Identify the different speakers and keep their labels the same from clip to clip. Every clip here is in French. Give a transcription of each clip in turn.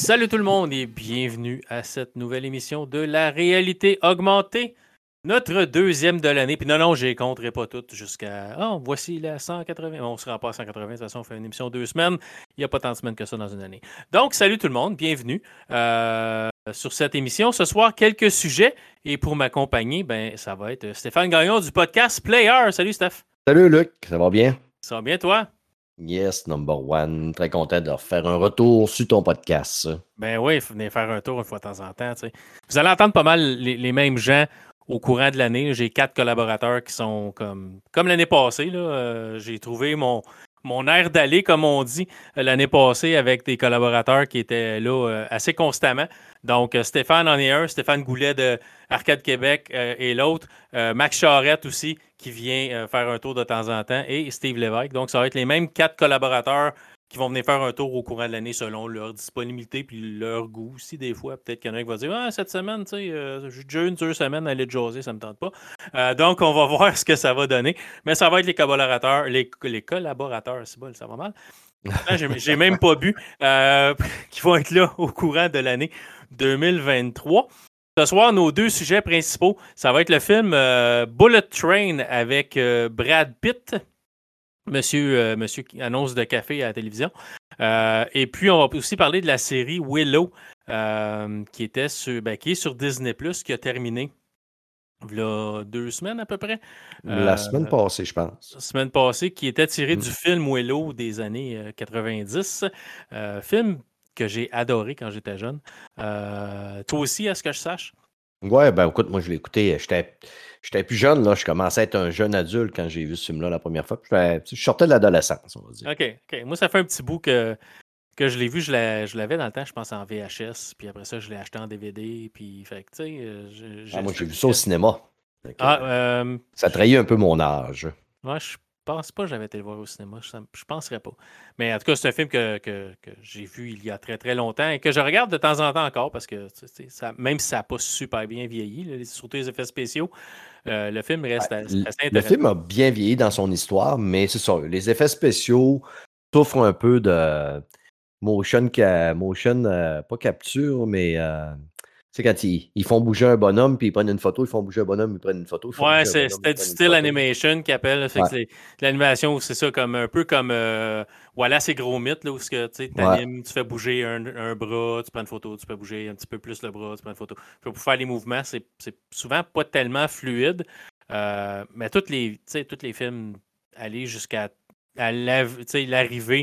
Speaker 1: Salut tout le monde et bienvenue à cette nouvelle émission de la réalité augmentée. Notre deuxième de l'année. Puis non, je les compterai pas toutes jusqu'à... Oh, voici la 180. On ne se rend pas à 180. De toute façon, on fait une émission 2 semaines. Il n'y a pas tant de semaines que ça dans une année. Donc, salut tout le monde. Bienvenue sur cette émission. Ce soir, quelques sujets. Et pour m'accompagner, ça va être Stéphane Gagnon du podcast Player. Salut, Steph.
Speaker 2: Salut, Luc. Ça va bien?
Speaker 1: Ça va bien, toi?
Speaker 2: Yes, number one. Très content de faire un retour sur ton podcast.
Speaker 1: Ben oui, il faut venir faire un tour une fois de temps en temps. T'sais. Vous allez entendre pas mal les mêmes gens au courant de l'année. J'ai 4 collaborateurs qui sont comme l'année passée. Là, j'ai trouvé mon air d'aller, comme on dit, l'année passée avec des collaborateurs qui étaient là assez constamment. Donc, Stéphane en est un, Stéphane Goulet de Arcade Québec et l'autre. Max Charette aussi, qui vient faire un tour de temps en temps, et Steve Lévesque. Donc, ça va être les mêmes 4 collaborateurs qui vont venir faire un tour au courant de l'année selon leur disponibilité puis leur goût aussi, des fois. Peut-être qu'il y en a qui va dire « Ah, cette semaine, tu sais, j'ai déjà une 2 semaines à aller jaser, ça me tente pas. » Donc, on va voir ce que ça va donner. Mais ça va être les collaborateurs, les collaborateurs, c'est bon, ça va mal. J'ai même pas bu, qui vont être là au courant de l'année 2023. Ce soir, nos 2 sujets principaux, ça va être le film Bullet Train avec Brad Pitt. Monsieur annonce de café à la télévision. Et puis, on va aussi parler de la série Willow, qui est sur Disney+, qui a terminé il y a 2 semaines à peu près.
Speaker 2: La semaine passée, je pense.
Speaker 1: La semaine passée, qui était tiré du film Willow des années 90. Film que j'ai adoré quand j'étais jeune. Toi aussi, à ce que je sache?
Speaker 2: Ouais, ben écoute, moi je l'ai écouté, j'étais plus jeune, là, je commençais à être un jeune adulte quand j'ai vu ce film-là la première fois. Je sortais de l'adolescence, on va dire.
Speaker 1: OK. Moi, ça fait un petit bout que je l'ai vu, je l'avais dans le temps, je pense, en VHS, puis après ça, je l'ai acheté en DVD, puis, fait que, tu sais...
Speaker 2: moi, j'ai vu ça au cinéma. Ça trahit un peu mon âge.
Speaker 1: Ouais, je pense pas que j'avais été le voir au cinéma, je penserais pas. Mais en tout cas, c'est un film que j'ai vu il y a très, très longtemps et que je regarde de temps en temps encore, parce que, même si ça n'a pas super bien vieilli, là, surtout les effets spéciaux, le film reste assez intéressant.
Speaker 2: Le film a bien vieilli dans son histoire, mais c'est ça, les effets spéciaux souffrent un peu de... Motion, pas capture, mais tu sais, quand ils font bouger un bonhomme, puis ils prennent une photo, ils font bouger un bonhomme, ils prennent une photo.
Speaker 1: Ouais, c'était du style animation qu'ils appellent. L'animation, c'est ça, un peu comme Wallace et Gromit, là, où tu animes, tu fais bouger un bras, tu prends une photo, tu fais bouger un petit peu plus le bras, tu prends une photo. Pour faire les mouvements, c'est souvent pas tellement fluide. Mais tous les films aller jusqu'à l'arrivée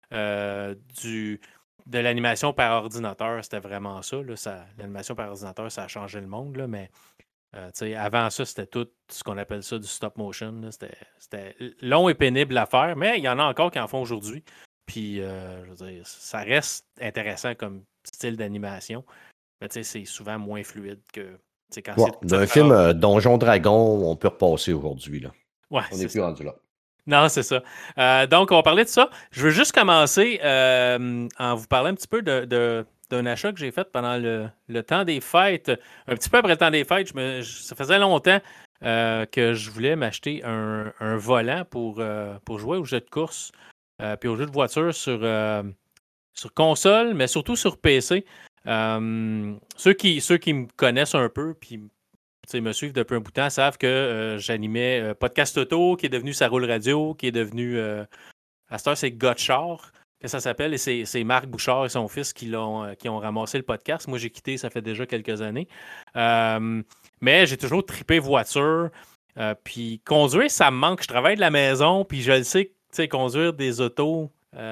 Speaker 1: de l'animation par ordinateur, c'était vraiment ça. L'animation par ordinateur, ça a changé le monde, là, mais avant ça, c'était tout ce qu'on appelle ça du stop motion. C'était long et pénible à faire, mais il y en a encore qui en font aujourd'hui. Puis, je veux dire, ça reste intéressant comme style d'animation, mais c'est souvent moins fluide que quand c'est...
Speaker 2: D'un film Donjon Dragon, on peut repasser aujourd'hui. Là.
Speaker 1: Ouais,
Speaker 2: on n'est plus rendu là.
Speaker 1: Non, c'est ça. Donc, on va parler de ça. Je veux juste commencer en vous parlant un petit peu d'un achat que j'ai fait pendant le temps des fêtes. Un petit peu après le temps des fêtes, ça faisait longtemps que je voulais m'acheter un volant pour jouer aux jeux de course puis aux jeux de voiture sur console, mais surtout sur PC. Ceux qui me connaissent un peu puis me suivent depuis un bout de temps savent que j'animais Podcast Auto, qui est devenu Ça Roule Radio, qui est devenu... à cette heure, c'est Gotchard, que ça s'appelle, et c'est Marc Bouchard et son fils qui ont ramassé le podcast. Moi, j'ai quitté, ça fait déjà quelques années. Mais j'ai toujours trippé voiture. Puis conduire, ça me manque. Je travaille de la maison, puis je le sais, conduire des autos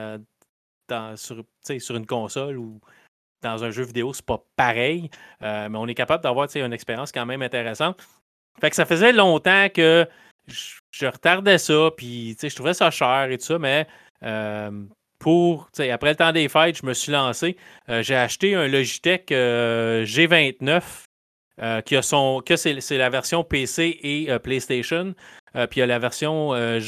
Speaker 1: sur une console ou dans un jeu vidéo, c'est pas pareil, mais on est capable d'avoir une expérience quand même intéressante. Fait que ça faisait longtemps que je retardais ça, puis je trouvais ça cher et tout ça, mais après le temps des fêtes, je me suis lancé. J'ai acheté un Logitech G29 c'est la version PC et PlayStation. Puis il y a la version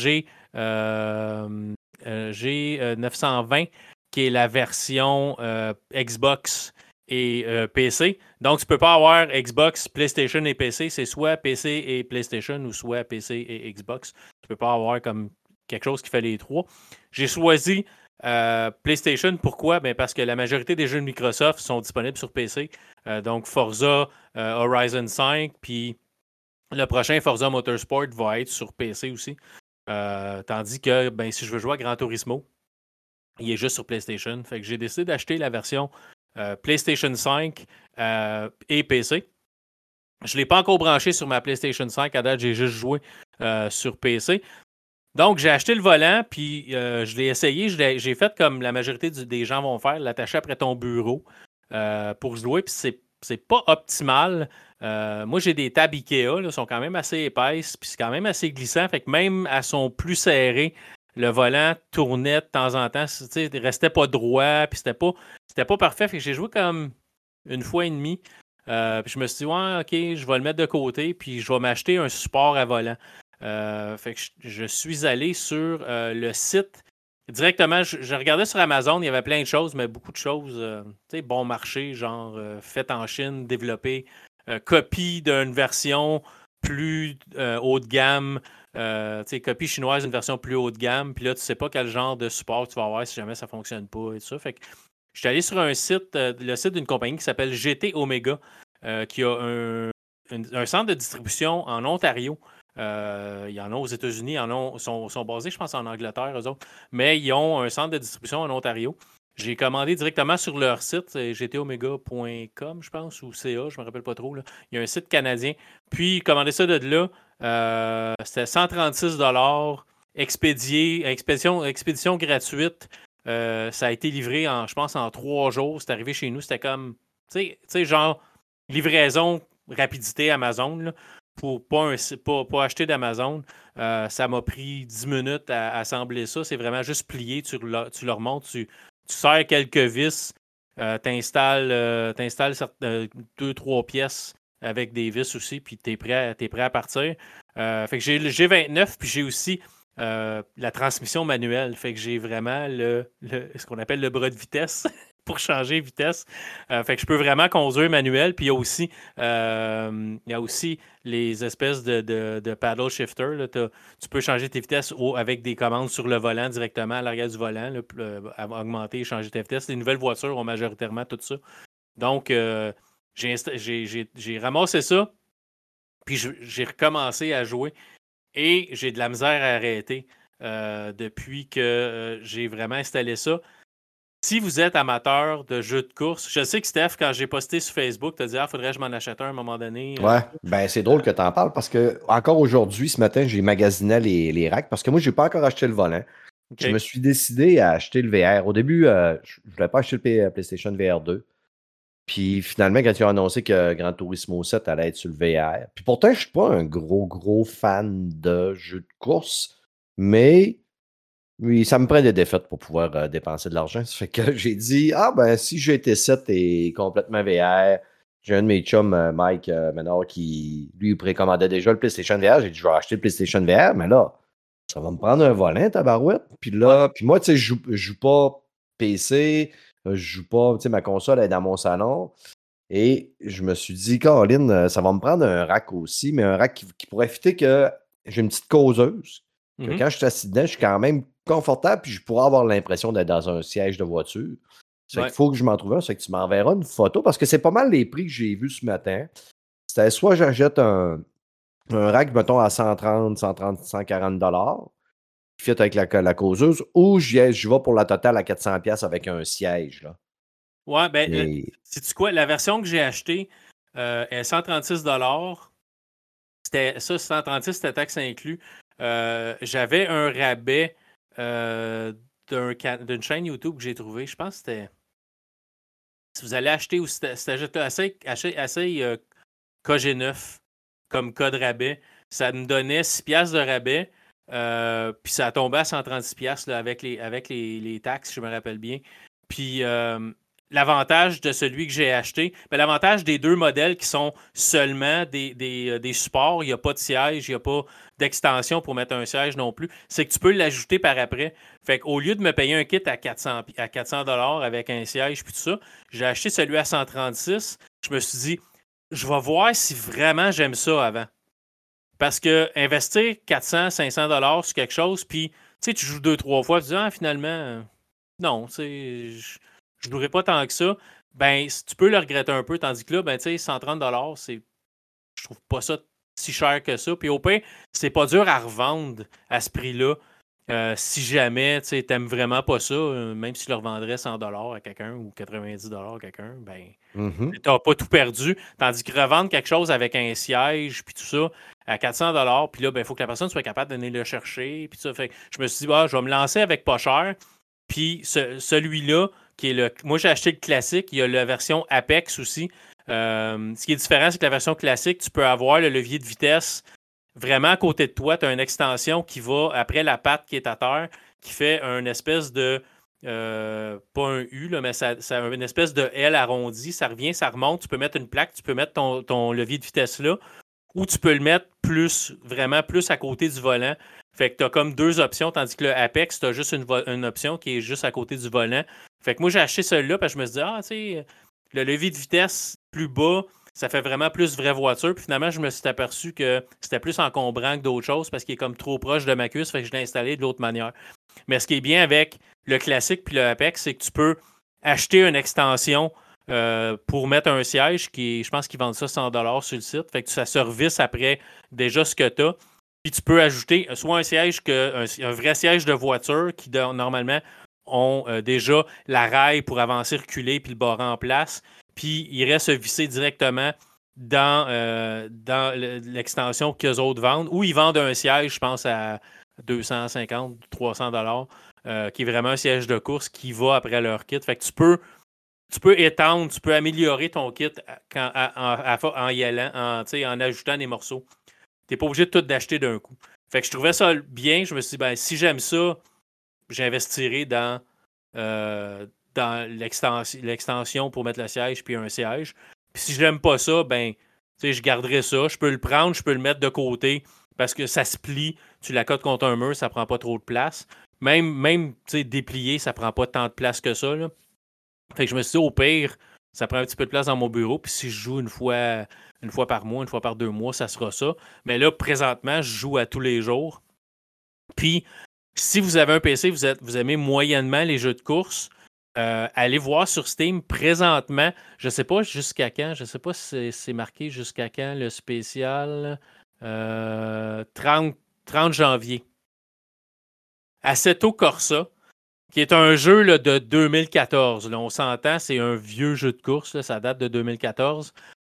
Speaker 1: G920 qui est la version Xbox et PC. Donc, tu ne peux pas avoir Xbox, PlayStation et PC. C'est soit PC et PlayStation ou soit PC et Xbox. Tu ne peux pas avoir comme quelque chose qui fait les trois. J'ai choisi PlayStation, pourquoi? Ben parce que la majorité des jeux de Microsoft sont disponibles sur PC. Donc Forza Horizon 5, puis le prochain Forza Motorsport va être sur PC aussi. Tandis que ben, si je veux jouer à Gran Turismo, il est juste sur PlayStation. Fait que j'ai décidé d'acheter la version PlayStation 5 et PC. Je ne l'ai pas encore branché sur ma PlayStation 5. À date, j'ai juste joué sur PC. Donc, j'ai acheté le volant, puis je l'ai essayé. J'ai fait comme la majorité des gens vont faire, l'attacher après ton bureau pour jouer, puis c'est pas optimal. Moi, j'ai des tables Ikea, là, sont quand même assez épaisses, puis c'est quand même assez glissant. Fait que même à son plus serré, le volant tournait de temps en temps. Il restait pas droit, puis c'était pas parfait. Fait que j'ai joué comme une fois et demie. Puis je me suis dit, ouais, OK, je vais le mettre de côté, puis je vais m'acheter un support à volant. Fait que je suis allé sur le site directement. Je regardais sur Amazon, il y avait plein de choses, mais beaucoup de choses, tu sais, bon marché, genre fait en Chine, développé, copie d'une version plus haut de gamme, tu sais, copie chinoise d'une version plus haut de gamme, puis là, tu sais pas quel genre de support tu vas avoir si jamais ça fonctionne pas et tout ça. Fait que je suis allé sur un site, le site d'une compagnie qui s'appelle GT Omega, qui a un centre de distribution en Ontario. Il y en a aux États-Unis, ils sont basés, je pense, en Angleterre, eux autres. Mais ils ont un centre de distribution en Ontario. J'ai commandé directement sur leur site, c'est gtomega.com, je pense, ou CA, je ne me rappelle pas trop. Là. Il y a un site canadien. Puis, commandé ça de là, c'était 136 expédition gratuite. Ça a été livré, je pense, en 3 jours. C'est arrivé chez nous. C'était comme, tu sais, genre, livraison, rapidité Amazon, là, pour pas acheter d'Amazon. Ça m'a pris 10 minutes à assembler ça. C'est vraiment juste plié. Tu le remontes, tu serres quelques vis, t'installes 2-3 pièces avec des vis aussi, puis t'es prêt à partir. Fait que j'ai le G29, puis j'ai aussi la transmission manuelle. Fait que j'ai vraiment ce qu'on appelle le bras de vitesse pour changer de vitesse. Fait que je peux vraiment conduire manuel. Puis il y a aussi les espèces de paddle shifter. Là. Tu peux changer tes vitesses avec des commandes sur le volant directement à l'arrière du volant, là, augmenter et changer tes vitesses. Les nouvelles voitures ont majoritairement tout ça. Donc, j'ai ramassé ça. Puis j'ai recommencé à jouer. Et j'ai de la misère à arrêter depuis que j'ai vraiment installé ça. Si vous êtes amateur de jeux de course, je sais que Steph, quand j'ai posté sur Facebook, t'as dit faudrait que je m'en achète un à un moment donné.
Speaker 2: Ouais, ben c'est drôle que tu en parles parce que encore aujourd'hui, ce matin, j'ai magasiné les racks parce que moi, je n'ai pas encore acheté le volant.
Speaker 1: Okay.
Speaker 2: Je me suis décidé à acheter le VR. Au début, je ne voulais pas acheter le PlayStation VR 2. Puis finalement, quand ils ont annoncé que Gran Turismo 7 allait être sur le VR. Puis pourtant, je ne suis pas un gros fan de jeux de course, mais oui, ça me prend des défaites pour pouvoir dépenser de l'argent. Ça fait que j'ai dit, ben si GT7 est complètement VR, j'ai un de mes chums, Mike Menard, qui lui précommandait déjà le PlayStation VR. J'ai dit, je vais acheter le PlayStation VR, mais là, ça va me prendre un volant, tabarouette. Puis là, puis moi, tu sais, je joue pas PC, je joue pas, tu sais, ma console est dans mon salon. Et je me suis dit, Caroline, ça va me prendre un rack aussi, mais un rack qui pourrait fitter que j'ai une petite causeuse. Que quand je suis assis dedans, je suis quand même confortable, puis je pourrais avoir l'impression d'être dans un siège de voiture. Ça fait qu'il faut que je m'en trouve un. Ça fait que tu m'enverras une photo, parce que c'est pas mal les prix que j'ai vus ce matin. C'était soit j'achète un rack, mettons, à 130, 130, 140 qui fit avec la causeuse, ou je vais pour la totale à 400$ avec un siège. Là.
Speaker 1: Ouais, ben, sais-tu quoi? La version que j'ai achetée est 136 $. C'était ça, 136, c'était taxe inclus. J'avais un rabais d'une chaîne YouTube que j'ai trouvé. Je pense que c'était. Si vous allez acheter ou c'était assez KG9 comme code rabais, ça me donnait 6$ de rabais. Puis ça a tombé à 136$ là, avec les taxes, je me rappelle bien. Puis l'avantage de celui que j'ai acheté, l'avantage des deux modèles qui sont seulement des supports, il n'y a pas de siège, il n'y a pas d'extension pour mettre un siège non plus, c'est que tu peux l'ajouter par après. Fait qu'au lieu de me payer un kit à 400 $ avec un siège puis tout ça, j'ai acheté celui à 136. Je me suis dit, je vais voir si vraiment j'aime ça avant. Parce que investir 400, 500 $ sur quelque chose, puis tu sais, tu joues 2-3 fois, tu dis, finalement, Non, tu sais, je louerais pas tant que ça. Ben, tu peux le regretter un peu, tandis que là, ben, tu sais, 130 $, je trouve pas ça si cher que ça. Puis au pire, c'est pas dur à revendre à ce prix-là. Si jamais tu n'aimes vraiment pas ça, même si tu le revendrais 100 $ à quelqu'un ou 90 $ à quelqu'un, ben, tu n'as pas tout perdu. Tandis que revendre quelque chose avec un siège, puis tout ça, à 400 $, puis là, ben, il faut que la personne soit capable d'aller le chercher. Puis ça fait je me suis dit, je vais me lancer avec pas cher. Puis celui-là, qui est le. Moi, j'ai acheté le classique. Il y a la version Apex aussi. Ce qui est différent, c'est que la version classique, tu peux avoir le levier de vitesse vraiment à côté de toi. Tu as une extension qui va après la patte qui est à terre, qui fait une espèce de. Pas un U, là, mais ça a une espèce de L arrondi. Ça revient, ça remonte. Tu peux mettre une plaque, tu peux mettre ton levier de vitesse là, ou tu peux le mettre vraiment plus à côté du volant. Fait que tu as comme deux options, tandis que le Apex, tu as juste une option qui est juste à côté du volant. Fait que moi, j'ai acheté celui-là parce que je me suis dit, tu sais, le levier de vitesse plus bas, ça fait vraiment plus vraie voiture. Puis finalement, je me suis aperçu que c'était plus encombrant que d'autres choses parce qu'il est comme trop proche de ma cuisse. Fait que je l'ai installé de l'autre manière. Mais ce qui est bien avec le classique puis le Apex, c'est que tu peux acheter une extension pour mettre un siège je pense qu'ils vendent ça 100 $ sur le site. Fait que ça se revisse après déjà ce que tu as. Puis tu peux ajouter soit un siège un vrai siège de voiture qui normalement ont déjà la rail pour avancer, reculer puis le barrer en place. Puis il reste visser directement dans l'extension qu'eux autres vendent. Ou ils vendent un siège, je pense, à 250, 300 $, qui est vraiment un siège de course qui va après leur kit. Fait que tu peux étendre, tu peux améliorer ton kit en y allant, en ajoutant des morceaux. Tu n'es pas obligé de tout d'acheter d'un coup. Fait que je trouvais ça bien. Je me suis dit, ben, si j'aime ça, j'investirai dans l'extension pour mettre le siège puis un siège. Puis si je n'aime pas ça, ben, je garderai ça. Je peux le prendre, je peux le mettre de côté parce que ça se plie. Tu l'accotes contre un mur, ça prend pas trop de place. Même déplié, ça prend pas tant de place que ça, là. Fait que je me suis dit, au pire, ça prend un petit peu de place dans mon bureau. Puis si je joue une fois par mois, une fois par 2 mois, ça sera ça. Mais là, présentement, je joue à tous les jours. Puis, si vous avez un PC, vous aimez moyennement les jeux de course, allez voir sur Steam présentement. Je ne sais pas jusqu'à quand. Je ne sais pas si c'est marqué jusqu'à quand le spécial. 30 janvier. Assetto Corsa, qui est un jeu là, de 2014. Là, on s'entend, c'est un vieux jeu de course. Là, ça date de 2014.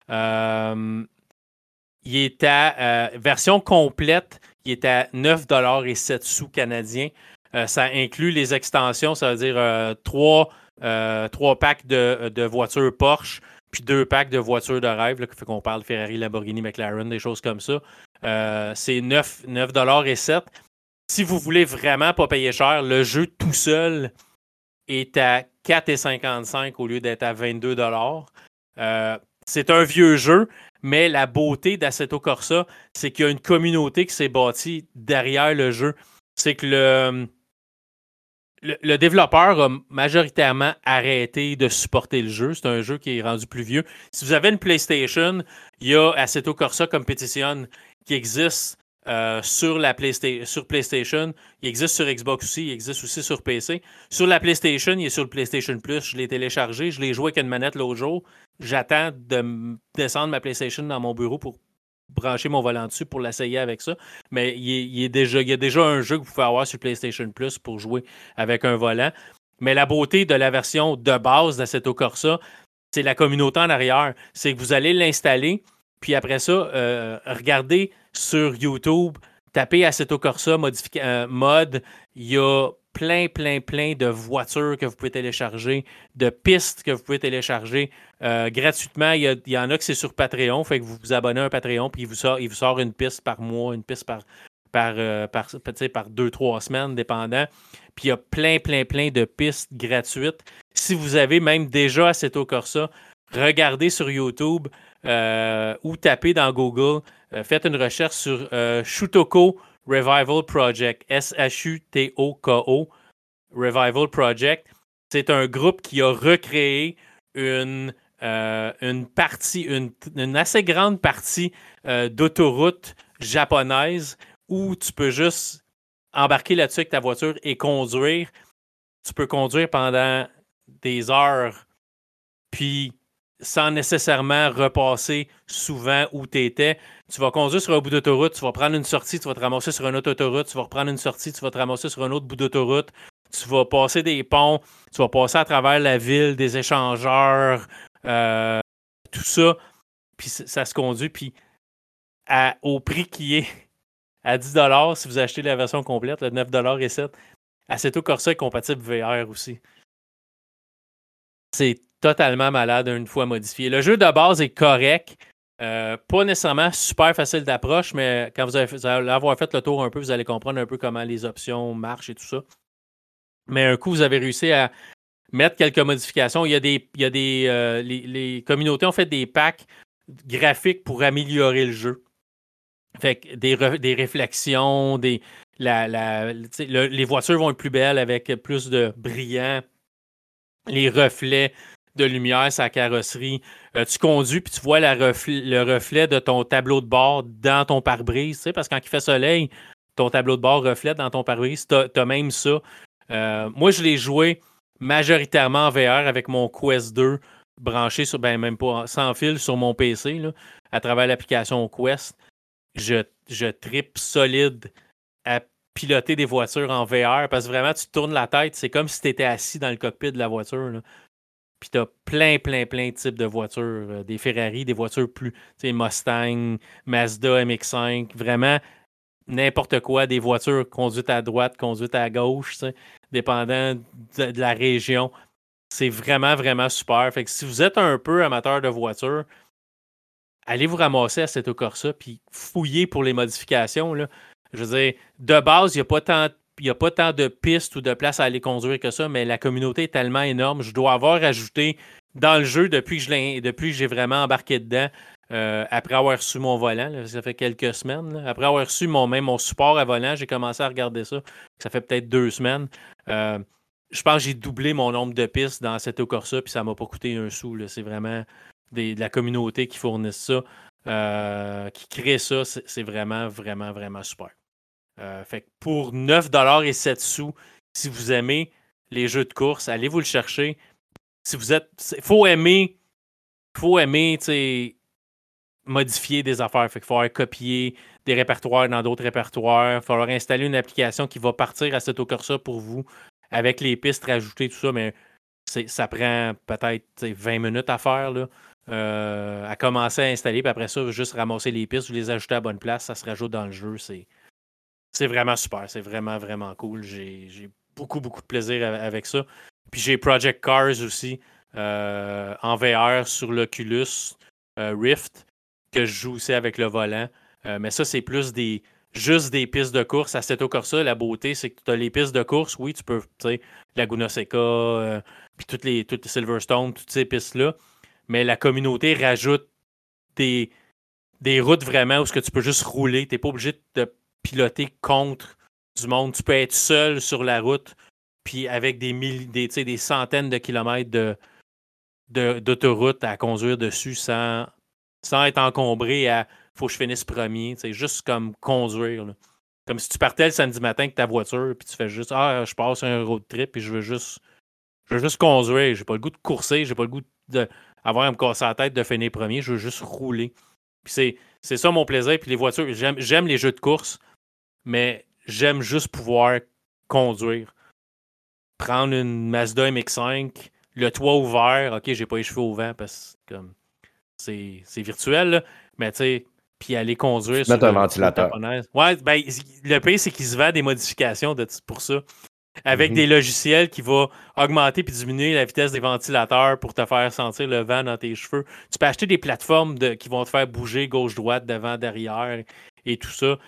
Speaker 1: Il est à version complète. Il est à 9,07 $ canadiens. Ça inclut les extensions, ça veut dire 3 packs de voitures Porsche, puis 2 packs de voitures de rêve, là, fait qu'on parle Ferrari, Lamborghini, McLaren, des choses comme ça. C'est 9,07 $. Si vous voulez vraiment pas payer cher, le jeu tout seul est à 4,55 $ au lieu d'être à 22 $. C'est un vieux jeu, mais la beauté d'Assetto Corsa, c'est qu'il y a une communauté qui s'est bâtie derrière le jeu. C'est que le développeur a majoritairement arrêté de supporter le jeu. C'est un jeu qui est rendu plus vieux. Si vous avez une PlayStation, il y a Assetto Corsa Competition qui existe sur PlayStation. Il existe sur Xbox aussi. Il existe aussi sur PC. Sur la PlayStation, il est sur le PlayStation Plus. Je l'ai téléchargé. Je l'ai joué avec une manette l'autre jour. J'attends de descendre ma PlayStation dans mon bureau pour brancher mon volant dessus pour l'essayer avec ça. Mais il y a déjà un jeu que vous pouvez avoir sur PlayStation Plus pour jouer avec un volant. Mais la beauté de la version de base d'Assetto Corsa, c'est la communauté en arrière. C'est que vous allez l'installer, puis après ça, regardez sur YouTube, tapez Assetto Corsa mode. Il y a plein de voitures que vous pouvez télécharger, de pistes que vous pouvez télécharger gratuitement. Il y en a que c'est sur Patreon, fait que vous vous abonnez à un Patreon, puis il vous sort une piste par mois, une piste par 2-3 semaines, dépendant. Puis il y a plein de pistes gratuites. Si vous avez même déjà Assetto Corsa, regardez sur YouTube ou tapez dans Google, faites une recherche sur Shutoko Revival Project, SHUTOKO Revival Project. C'est un groupe qui a recréé une assez grande partie d'autoroute japonaise où tu peux juste embarquer là-dessus avec ta voiture et conduire. tu peux conduire pendant des heures, puis sans nécessairement repasser souvent où tu étais. Tu vas conduire sur un bout d'autoroute, tu vas prendre une sortie, tu vas te ramasser sur une autre autoroute, tu vas reprendre une sortie, tu vas te ramasser sur un autre bout d'autoroute, tu vas passer des ponts, tu vas passer à travers la ville, des échangeurs, tout ça, puis ça se conduit, puis au prix qui est à 10 si vous achetez la version complète, le 9 et 7, Assetto Corsa est compatible VR aussi. C'est totalement malade une fois modifié. Le jeu de base est correct. Pas nécessairement super facile d'approche, mais quand vous allez avoir fait le tour un peu, vous allez comprendre un peu comment les options marchent et tout ça. Mais un coup, vous avez réussi à mettre quelques modifications. Les communautés ont fait des packs graphiques pour améliorer le jeu. Fait que des réflexions, les voitures vont être plus belles avec plus de brillant, les reflets de lumière sa carrosserie. Tu conduis puis tu vois le reflet de ton tableau de bord dans ton pare-brise, parce que quand il fait soleil, ton tableau de bord reflète dans ton pare-brise. T'as même ça. Moi, je l'ai joué majoritairement en VR avec mon Quest 2 branché sur, même pas sans fil sur mon PC, là, à travers l'application Quest. Je trippe solide à piloter des voitures en VR parce que vraiment, tu te tournes la tête. C'est comme si tu étais assis dans le cockpit de la voiture, là. Puis tu as plein de types de voitures. Des Ferrari, des voitures plus, Mustang, Mazda MX-5. Vraiment, n'importe quoi. Des voitures conduites à droite, conduites à gauche, dépendant de la région. C'est vraiment super. Fait que si vous êtes un peu amateur de voitures, allez vous ramasser à Assetto Corsa puis fouiller pour les modifications, là. Je veux dire, de base, il n'y a pas tant de pistes ou de places à aller conduire que ça, mais la communauté est tellement énorme. Je dois avoir ajouté dans le jeu depuis que j'ai vraiment embarqué dedans, après avoir reçu mon volant. Là, ça fait quelques semaines. Là. Après avoir reçu mon support à volant, j'ai commencé à regarder ça. Ça fait peut-être 2 semaines. Je pense que j'ai doublé mon nombre de pistes dans Assetto Corsa, puis ça ne m'a pas coûté un sou. Là. C'est vraiment de la communauté qui fournissent ça, qui crée ça. C'est vraiment super. Fait que pour 9 et 7 sous, si vous aimez les jeux de course, allez vous le chercher. Si vous êtes. Faut aimer, modifier des affaires. Fait qu'il faut copier des répertoires dans d'autres répertoires. Il va falloir installer une application qui va partir à Assetto Corsa pour vous avec les pistes rajoutées, tout ça, mais ça prend peut-être 20 minutes à faire, là. À commencer à installer, puis après ça, juste ramasser les pistes, vous les ajouter à la bonne place, ça se rajoute dans le jeu. C'est vraiment super, c'est vraiment cool. J'ai beaucoup de plaisir avec ça. Puis j'ai Project Cars aussi en VR sur l'Oculus Rift que je joue aussi avec le volant. Mais ça, c'est plus juste des pistes de course. À Assetto Corsa, la beauté, c'est que tu as les pistes de course. Oui, tu peux, tu sais, Laguna Seca, puis toutes les Silverstone, toutes ces pistes-là. Mais la communauté rajoute des routes vraiment où ce que tu peux juste rouler. Tu n'es pas obligé de piloter contre du monde. Tu peux être seul sur la route, puis avec des centaines de kilomètres d'autoroute à conduire dessus sans être encombré à faut que je finisse premier. C'est juste comme conduire. Là. Comme si tu partais le samedi matin avec ta voiture, puis tu fais juste je passe un road trip, puis je veux juste conduire. J'ai pas le goût de courser, j'ai pas le goût d'avoir à me casser la tête de finir premier, je veux juste rouler. Puis c'est ça mon plaisir. Puis les voitures, j'aime les jeux de course, mais j'aime juste pouvoir conduire. Prendre une Mazda MX-5, le toit ouvert. OK, j'ai pas les cheveux au vent parce que comme c'est virtuel, là, mais tu sais, puis aller conduire sur
Speaker 2: mettre un ventilateur.
Speaker 1: Ouais, ben, le pire, c'est qu'il se vend des modifications pour ça. Avec des logiciels qui vont augmenter puis diminuer la vitesse des ventilateurs pour te faire sentir le vent dans tes cheveux. Tu peux acheter des plateformes qui vont te faire bouger gauche-droite, devant, derrière et tout ça.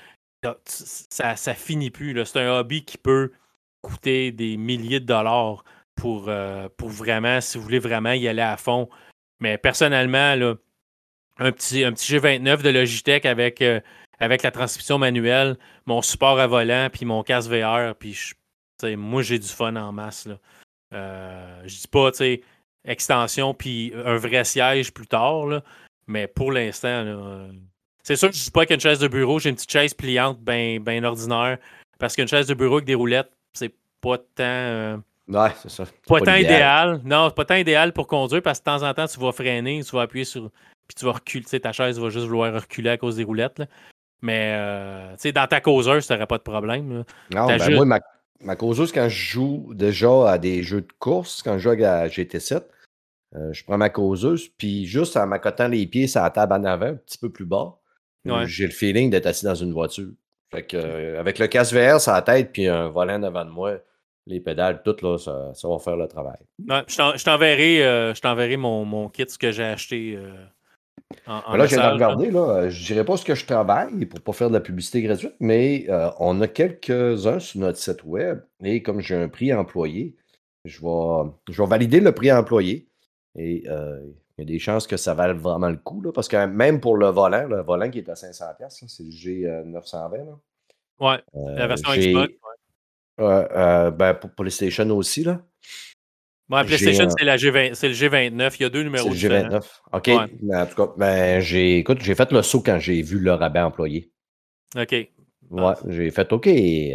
Speaker 1: Ça finit plus. Là. C'est un hobby qui peut coûter des milliers de dollars pour vraiment, si vous voulez vraiment y aller à fond. Mais personnellement, là, un petit G29 de Logitech avec la transmission manuelle, mon support à volant puis mon casque VR, puis moi, j'ai du fun en masse. Là. Je dis pas, extension puis un vrai siège plus tard, là, mais pour l'instant, là, c'est sûr que je ne dis pas qu'une chaise de bureau, j'ai une petite chaise pliante bien ordinaire, parce qu'une chaise de bureau avec des roulettes, c'est pas tant
Speaker 2: Ouais, c'est ça. C'est
Speaker 1: Pas
Speaker 2: pas
Speaker 1: tant
Speaker 2: l'idéal.
Speaker 1: idéal. Non, c'est pas tant idéal pour conduire parce que de temps en temps, tu vas freiner, tu vas appuyer sur. Puis tu vas reculer. Tu sais, ta chaise va juste vouloir reculer à cause des roulettes. Là. Mais tu sais, dans ta causeuse, tu n'aurais pas de problème. Là.
Speaker 2: Non,
Speaker 1: T'as
Speaker 2: ben moi,
Speaker 1: juste.
Speaker 2: ma causeuse, quand je joue déjà à des jeux de course, quand je joue à GT7, je prends ma causeuse, puis juste en m'accotant les pieds sur la table en avant, un petit peu plus bas,
Speaker 1: Ouais.
Speaker 2: j'ai le feeling d'être assis dans une voiture. Fait que, avec le casque VR sur la tête, puis un volant devant de moi, les pédales, tout, là, ça va faire le travail.
Speaker 1: Ouais, je t'enverrai mon kit, ce que j'ai acheté en
Speaker 2: Mais là, je viens de
Speaker 1: message. Là.
Speaker 2: regarder, là, je dirais pas ce que je travaille pour pas faire de la publicité gratuite, mais on a quelques-uns sur notre site web. Et comme j'ai un prix employé, je vais valider le prix employé. Et il y a des chances que ça vale vraiment le coup, là, parce que même pour le volant qui est à 500$, là, c'est le G920, là,
Speaker 1: Ouais. La version Xbox.
Speaker 2: j'ai, ben, pour PlayStation aussi, là,
Speaker 1: Ouais,
Speaker 2: j'ai
Speaker 1: PlayStation,
Speaker 2: un,
Speaker 1: c'est le G29. Il y a deux
Speaker 2: c'est
Speaker 1: numéros
Speaker 2: le
Speaker 1: différents.
Speaker 2: G29. OK,
Speaker 1: Ouais.
Speaker 2: mais en tout cas, ben, écoute, j'ai fait le saut quand j'ai vu le rabais employé.
Speaker 1: OK. Bon,
Speaker 2: Ouais, j'ai fait OK,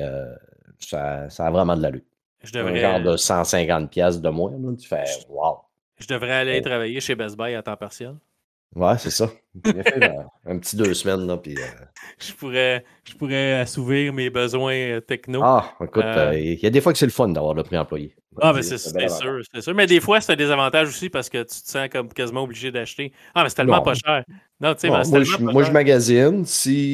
Speaker 2: ça a vraiment de l'allure.
Speaker 1: je
Speaker 2: Un genre
Speaker 1: devrais,
Speaker 2: de 150$ de moins, là, tu fais
Speaker 1: je,
Speaker 2: wow!
Speaker 1: je devrais aller
Speaker 2: Oh.
Speaker 1: travailler chez Best Buy à temps partiel.
Speaker 2: Ouais, c'est ça. Viens faire un petit 2 semaines, là, puis
Speaker 1: Je pourrais assouvir mes besoins techno.
Speaker 2: écoute,
Speaker 1: Euh,
Speaker 2: il y a des fois que c'est le fun d'avoir le prix employé.
Speaker 1: Ah, ben
Speaker 2: C'est un bel
Speaker 1: c'est
Speaker 2: avantage.
Speaker 1: sûr, c'est sûr. Mais des fois, c'est un désavantage aussi parce que tu te sens comme quasiment obligé d'acheter. Ah, mais c'est tellement pas
Speaker 2: Non,
Speaker 1: cher. Non, tu sais, mais
Speaker 2: non,
Speaker 1: c'est tellement pas
Speaker 2: moi, je
Speaker 1: cher.
Speaker 2: magasine.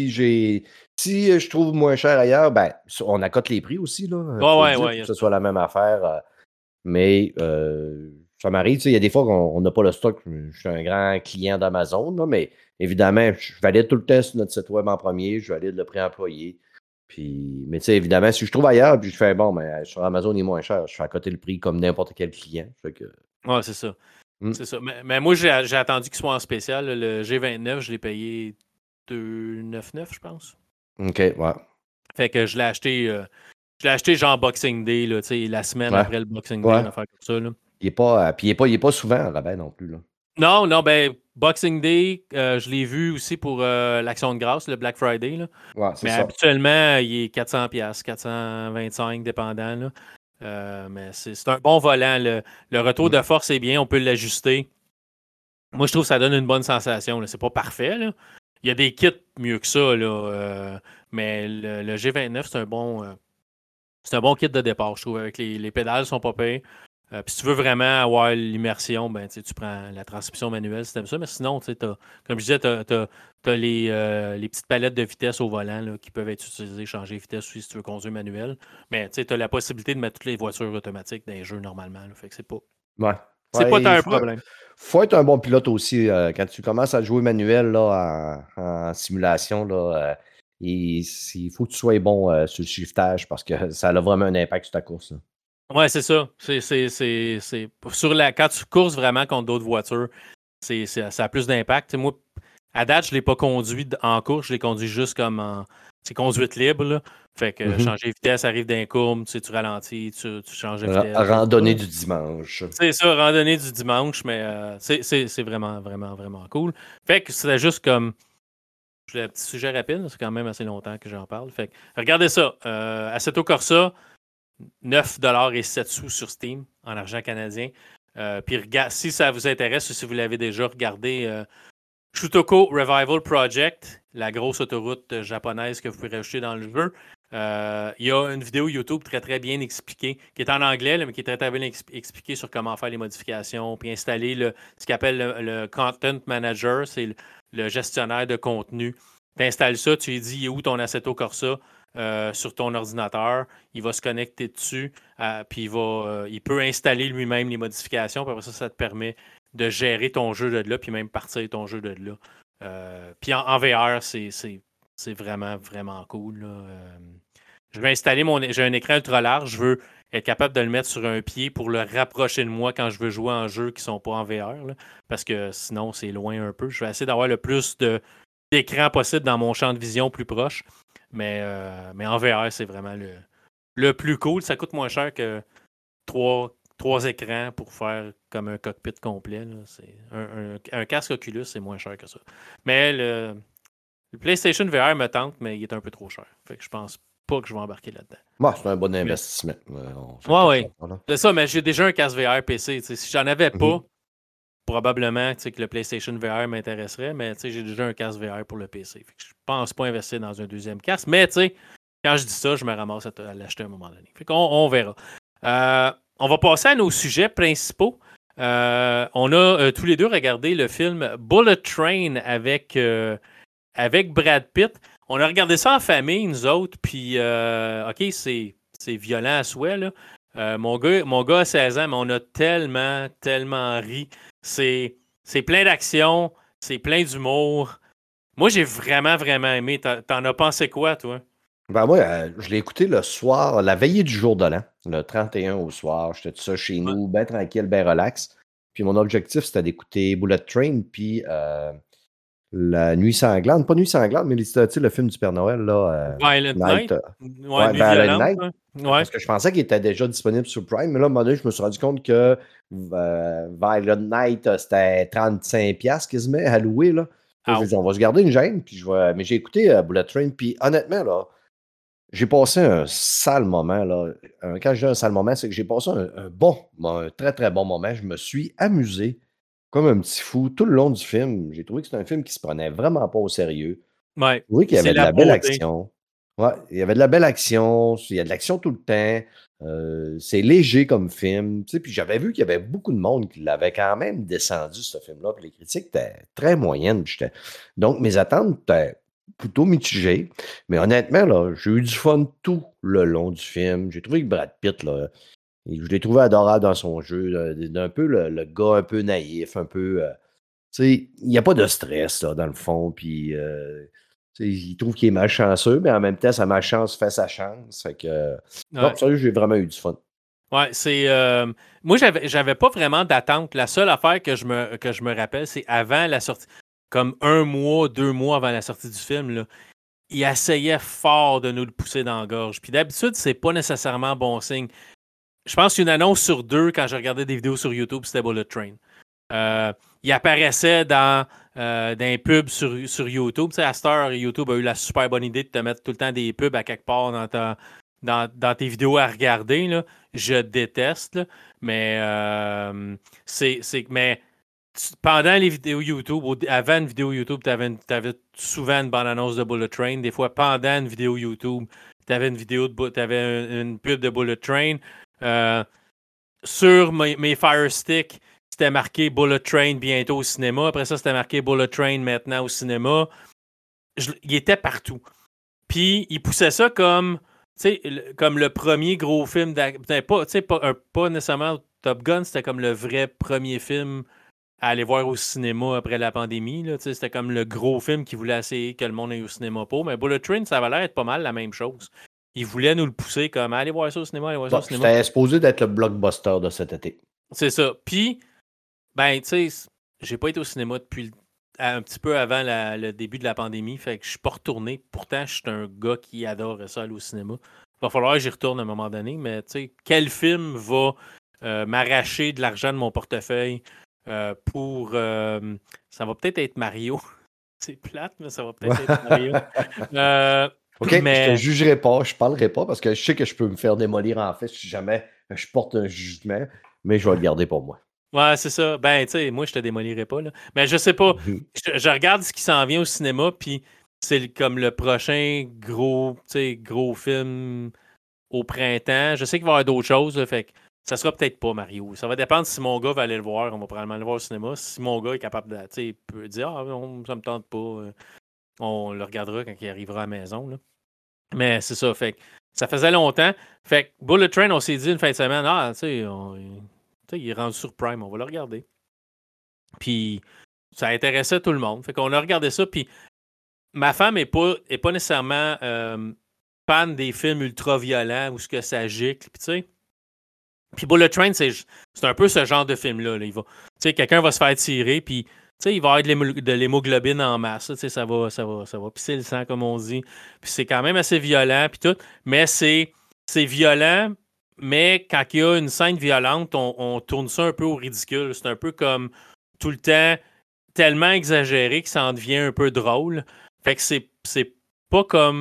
Speaker 2: Si je trouve moins cher ailleurs, ben, on accote les prix aussi, là,
Speaker 1: Ouais,
Speaker 2: faut le
Speaker 1: ouais,
Speaker 2: dire,
Speaker 1: ouais, il
Speaker 2: faut
Speaker 1: y a
Speaker 2: que ce
Speaker 1: ça.
Speaker 2: soit la même affaire. Mais ça m'arrive, tu sais, il y a des fois qu'on n'a pas le stock. Je suis un grand client d'Amazon, là, mais évidemment, je valide tout le temps sur notre site web en premier, je valide le prix employé. Puis, mais tu sais, évidemment, si je trouve ailleurs, puis je fais bon, mais sur Amazon, il est moins cher, je fais à côté le prix comme n'importe quel client. Fait que,
Speaker 1: Ouais, c'est ça.
Speaker 2: hmm,
Speaker 1: C'est ça. Mais moi, j'ai attendu qu'il soit en spécial. Là. Le G29, je l'ai payé 2,99, je pense.
Speaker 2: OK, ouais.
Speaker 1: Fait que je l'ai acheté genre Boxing Day, là, tu sais, la semaine
Speaker 2: Ouais.
Speaker 1: après le Boxing Day,
Speaker 2: Ouais.
Speaker 1: une affaire comme ça. Là.
Speaker 2: Il est pas, puis il est pas souvent en rabais non plus, là.
Speaker 1: Non, non, ben, Boxing Day, je l'ai vu aussi pour l'Action de grâce, le Black Friday. Là.
Speaker 2: Ouais, c'est
Speaker 1: Mais
Speaker 2: ça.
Speaker 1: habituellement, il est 400$, 425$, dépendant. Là. Mais c'est un bon volant. Le retour
Speaker 2: Hmm.
Speaker 1: de force est bien, on peut l'ajuster. Moi, je trouve que ça donne une bonne sensation. Là. C'est pas parfait. Là. Il y a des kits mieux que ça. Là, mais le G29, c'est un bon kit de départ, je trouve. Avec les pédales sont pas payées. Puis si tu veux vraiment avoir l'immersion, ben, tu prends la transmission manuelle si tu aimes ça. Mais sinon, comme je disais, tu as les petites palettes de vitesse au volant là, qui peuvent être utilisées, changer de vitesse aussi si tu veux conduire manuel. Mais tu as la possibilité de mettre toutes les voitures automatiques dans les jeux normalement. Là. Fait que
Speaker 2: Ouais.
Speaker 1: c'est pas tant
Speaker 2: Ouais,
Speaker 1: un problème.
Speaker 2: faut être un bon pilote aussi. Quand tu commences à jouer manuel là, en simulation, là, il faut que tu sois bon sur le shiftage parce que ça a vraiment un impact sur ta course, là.
Speaker 1: Ouais, c'est ça. Quand tu courses vraiment contre d'autres voitures, ça a plus d'impact. Tu sais, moi, à date, je ne l'ai pas conduit en course, je l'ai conduit juste comme en conduite libre. Là. Fait que
Speaker 2: Mhm.
Speaker 1: changer de vitesse, arrive d'un courbe, tu ralentis, tu changes de vitesse. Tout ça,
Speaker 2: Randonnée
Speaker 1: là.
Speaker 2: du dimanche.
Speaker 1: C'est ça, randonnée du dimanche, mais c'est vraiment, vraiment, vraiment cool. Fait que c'était juste comme un petit sujet rapide, c'est quand même assez longtemps que j'en parle. Fait que regardez ça. Assetto Corsa, 9,07 $ sur Steam en argent canadien. Puis si ça vous intéresse ou si vous l'avez déjà regardé, Shutoko Revival Project, la grosse autoroute japonaise que vous pouvez rajouter dans le jeu. Il y a une vidéo YouTube très très bien expliquée, qui est en anglais, là, mais qui est très très bien expliquée sur comment faire les modifications, puis installer ce qu'on appelle le Content Manager, c'est le gestionnaire de contenu. Tu installes ça, tu lui dis il est où ton Assetto Corsa sur ton ordinateur, il va se connecter dessus, puis il peut installer lui-même les modifications, puis après ça, ça te permet de gérer ton jeu de là, puis même partir ton jeu de là. Puis en VR, c'est vraiment, vraiment cool. Là. Je vais installer j'ai un écran ultra large, je veux être capable de le mettre sur un pied pour le rapprocher de moi quand je veux jouer en jeu qui ne sont pas en VR, là, parce que sinon, c'est loin un peu. Je vais essayer d'avoir le plus d'écran possible dans mon champ de vision plus proche, mais en VR, c'est vraiment le plus cool. Ça coûte moins cher que trois écrans pour faire comme un cockpit complet. Là. Un casque Oculus, c'est moins cher que ça. Mais le PlayStation VR me tente, mais il est un peu trop cher. Fait que je pense pas que je vais embarquer là-dedans.
Speaker 2: Moi, c'est un bon
Speaker 1: Mais-
Speaker 2: investissement.
Speaker 1: Ouais. C'est ça, mais j'ai déjà un casque VR PC. Si j'en avais pas, probablement que le PlayStation VR m'intéresserait, mais j'ai déjà un casque VR pour le PC. Fait que je pense pas investir dans un deuxième casque. Mais quand je dis ça, je me ramasse à l'acheter à un moment donné. Fait qu'on verra. On va passer à nos sujets principaux. On a tous les deux regardé le film Bullet Train avec Brad Pitt. On a regardé ça en famille, nous autres, puis OK, c'est violent à souhait, là. Mon gars a 16 ans, mais on a tellement ri. C'est plein d'action, c'est plein d'humour. Moi, j'ai vraiment aimé. T'en as pensé quoi, toi?
Speaker 2: Ben moi, je l'ai écouté le soir, la veillée du jour de l'an, le 31 au soir. J'étais tout ça chez nous, bien tranquille, bien relax. Puis mon objectif, c'était d'écouter Bullet Train, puis La Nuit sanglante. Pas Nuit sanglante, mais le film du Père Noël, là.
Speaker 1: Violent Night?
Speaker 2: Ouais,
Speaker 1: Nuit
Speaker 2: Violent
Speaker 1: violente.
Speaker 2: Night.
Speaker 1: Ouais.
Speaker 2: Parce que je pensais qu'il était déjà disponible sur Prime, mais là, à un moment donné, je me suis rendu compte que Violent Night, c'était 35$ quasiment à louer, là. Je me dit, on va se garder une gêne, puis mais j'ai écouté Bullet Train, puis honnêtement, là, j'ai passé un sale moment, là. Quand je dis un sale moment, c'est que j'ai passé un très, très bon moment. Je me suis amusé comme un petit fou tout le long du film. J'ai trouvé que c'était un film qui se prenait vraiment pas au sérieux.
Speaker 1: Ouais.
Speaker 2: J'ai trouvé qu'il y
Speaker 1: C'est
Speaker 2: avait de
Speaker 1: la
Speaker 2: la belle
Speaker 1: beauté.
Speaker 2: action. Ouais, il y avait de la belle action. Il y a de l'action tout le temps. C'est léger comme film. Tu sais, puis j'avais vu qu'il y avait beaucoup de monde qui l'avait quand même descendu, ce film-là. Puis les critiques étaient très moyennes. Donc, mes attentes étaient plutôt mitigées. Mais honnêtement, là, j'ai eu du fun tout le long du film. J'ai trouvé que Brad Pitt, là, je l'ai trouvé adorable dans son jeu. D'un peu le gars un peu naïf, un peu. Tu sais, il n'y a pas de stress, là, dans le fond. Puis, tu sais, il trouve qu'il est malchanceux, mais en même temps, sa malchance fait sa chance. Fait que. Non, sérieux, j'ai vraiment eu du fun.
Speaker 1: Ouais, c'est. Moi, j'avais pas vraiment d'attente. La seule affaire que je me rappelle, c'est avant la sortie, comme 1 mois, 2 mois avant la sortie du film, là, il essayait fort de nous le pousser dans la gorge. Puis d'habitude, c'est pas nécessairement bon signe. Je pense qu'une annonce sur 2, quand je regardais des vidéos sur YouTube, c'était Bullet Train. Il apparaissait dans un pub sur YouTube. Tu sais, à cette heure, YouTube a eu la super bonne idée de te mettre tout le temps des pubs à quelque part dans tes vidéos à regarder. Là. Je déteste, là. Mais pendant les vidéos YouTube, avant une vidéo YouTube, tu avais souvent une bande-annonce de Bullet Train. Des fois, pendant une vidéo YouTube, tu avais une pub de Bullet Train. Sur mes Fire Stick, c'était marqué Bullet Train bientôt au cinéma. Après ça, c'était marqué Bullet Train maintenant au cinéma. Il était partout. Puis, il poussait ça comme le premier gros film pas nécessairement Top Gun, c'était comme le vrai premier film à aller voir au cinéma après la pandémie. Là, c'était comme le gros film qui voulait essayer que le monde aille au cinéma pour. Mais Bullet Train, ça avait l'air d'être pas mal la même chose. Il voulait nous le pousser comme allez voir ça au cinéma, allez voir ça au cinéma.
Speaker 2: C'était supposé d'être le blockbuster de cet été.
Speaker 1: C'est ça. Puis, ben, tu sais, j'ai pas été au cinéma depuis un petit peu avant le début de la pandémie. Fait que je suis pas retourné. Pourtant, je suis un gars qui adore ça aller au cinéma. Il va falloir que j'y retourne à un moment donné. Mais, tu sais, quel film va m'arracher de l'argent de mon portefeuille pour. Ça va peut-être être Mario. C'est plate, mais ça va peut-être être Mario.
Speaker 2: OK,
Speaker 1: mais...
Speaker 2: je te jugerai pas, je parlerai pas parce que je sais que je peux me faire démolir en fait si jamais je porte un jugement, mais je vais le garder pour moi.
Speaker 1: Ouais, c'est ça. Ben, tu sais, moi, je te démolirais pas, là. Mais je sais pas. Je regarde ce qui s'en vient au cinéma, puis c'est comme le prochain gros film au printemps. Je sais qu'il va y avoir d'autres choses, là, fait que ça sera peut-être pas Mario. Ça va dépendre si mon gars va aller le voir. On va probablement le voir au cinéma. Si mon gars est capable de, tu sais, peut dire, ah, non, ça me tente pas. On le regardera quand il arrivera à la maison, là. Mais c'est ça, fait que ça faisait longtemps. Fait que Bullet Train, on s'est dit une fin de semaine, ah, tu sais, il est rendu sur Prime, on va le regarder. Puis ça intéressait tout le monde. Fait qu'on a regardé ça, puis ma femme est pas nécessairement fan des films ultra violents où ce que ça gicle, puis tu sais. Puis Bullet Train, c'est un peu ce genre de film-là. Là. Tu sais, quelqu'un va se faire tirer, puis tu sais, il va y avoir de l'hémoglobine en masse. Tu sais, ça va pisser le sang, comme on dit. Puis c'est quand même assez violent, puis tout. Mais c'est violent, mais quand il y a une scène violente, on tourne ça un peu au ridicule. C'est un peu comme tout le temps tellement exagéré que ça en devient un peu drôle. Fait que c'est pas comme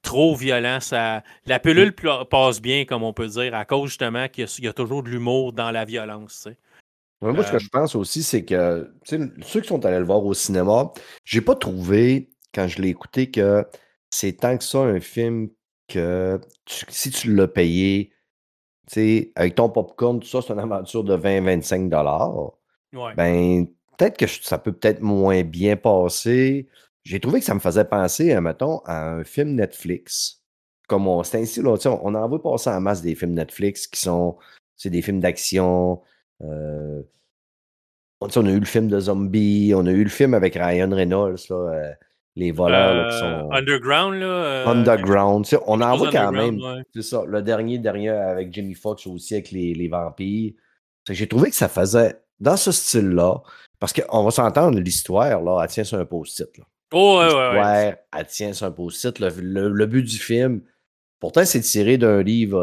Speaker 1: trop violent. La pilule passe bien, comme on peut dire, à cause justement qu'il y a toujours de l'humour dans la violence. Tu sais.
Speaker 2: Ouais, moi, ce que je pense aussi, c'est que ceux qui sont allés le voir au cinéma, j'ai pas trouvé, quand je l'ai écouté, que c'est tant que ça un film que si tu l'as payé, avec ton popcorn, tout ça, c'est une aventure de 20-25 $.
Speaker 1: Ouais.
Speaker 2: Ben, peut-être que ça peut peut-être moins bien passer. J'ai trouvé que ça me faisait penser, mettons, à un film Netflix. C'est ainsi, là, on en voit passer en masse des films Netflix qui sont c'est des films d'action. euh, on a eu le film de zombies, on a eu le film avec Ryan Reynolds, là, les voleurs là, qui sont
Speaker 1: Underground, là.
Speaker 2: underground. On
Speaker 1: Quelque
Speaker 2: en
Speaker 1: chose
Speaker 2: voit quand
Speaker 1: underground,
Speaker 2: même.
Speaker 1: ouais.
Speaker 2: C'est ça. Le dernier avec Jimmy Fox aussi, avec les vampires. J'ai trouvé que ça faisait dans ce style-là, parce qu'on va s'entendre, l'histoire, là, elle tient sur un post-it. Là.
Speaker 1: Oh, ouais.
Speaker 2: L'histoire, elle tient sur un post-it. Le but du film, pourtant, c'est tiré d'un livre,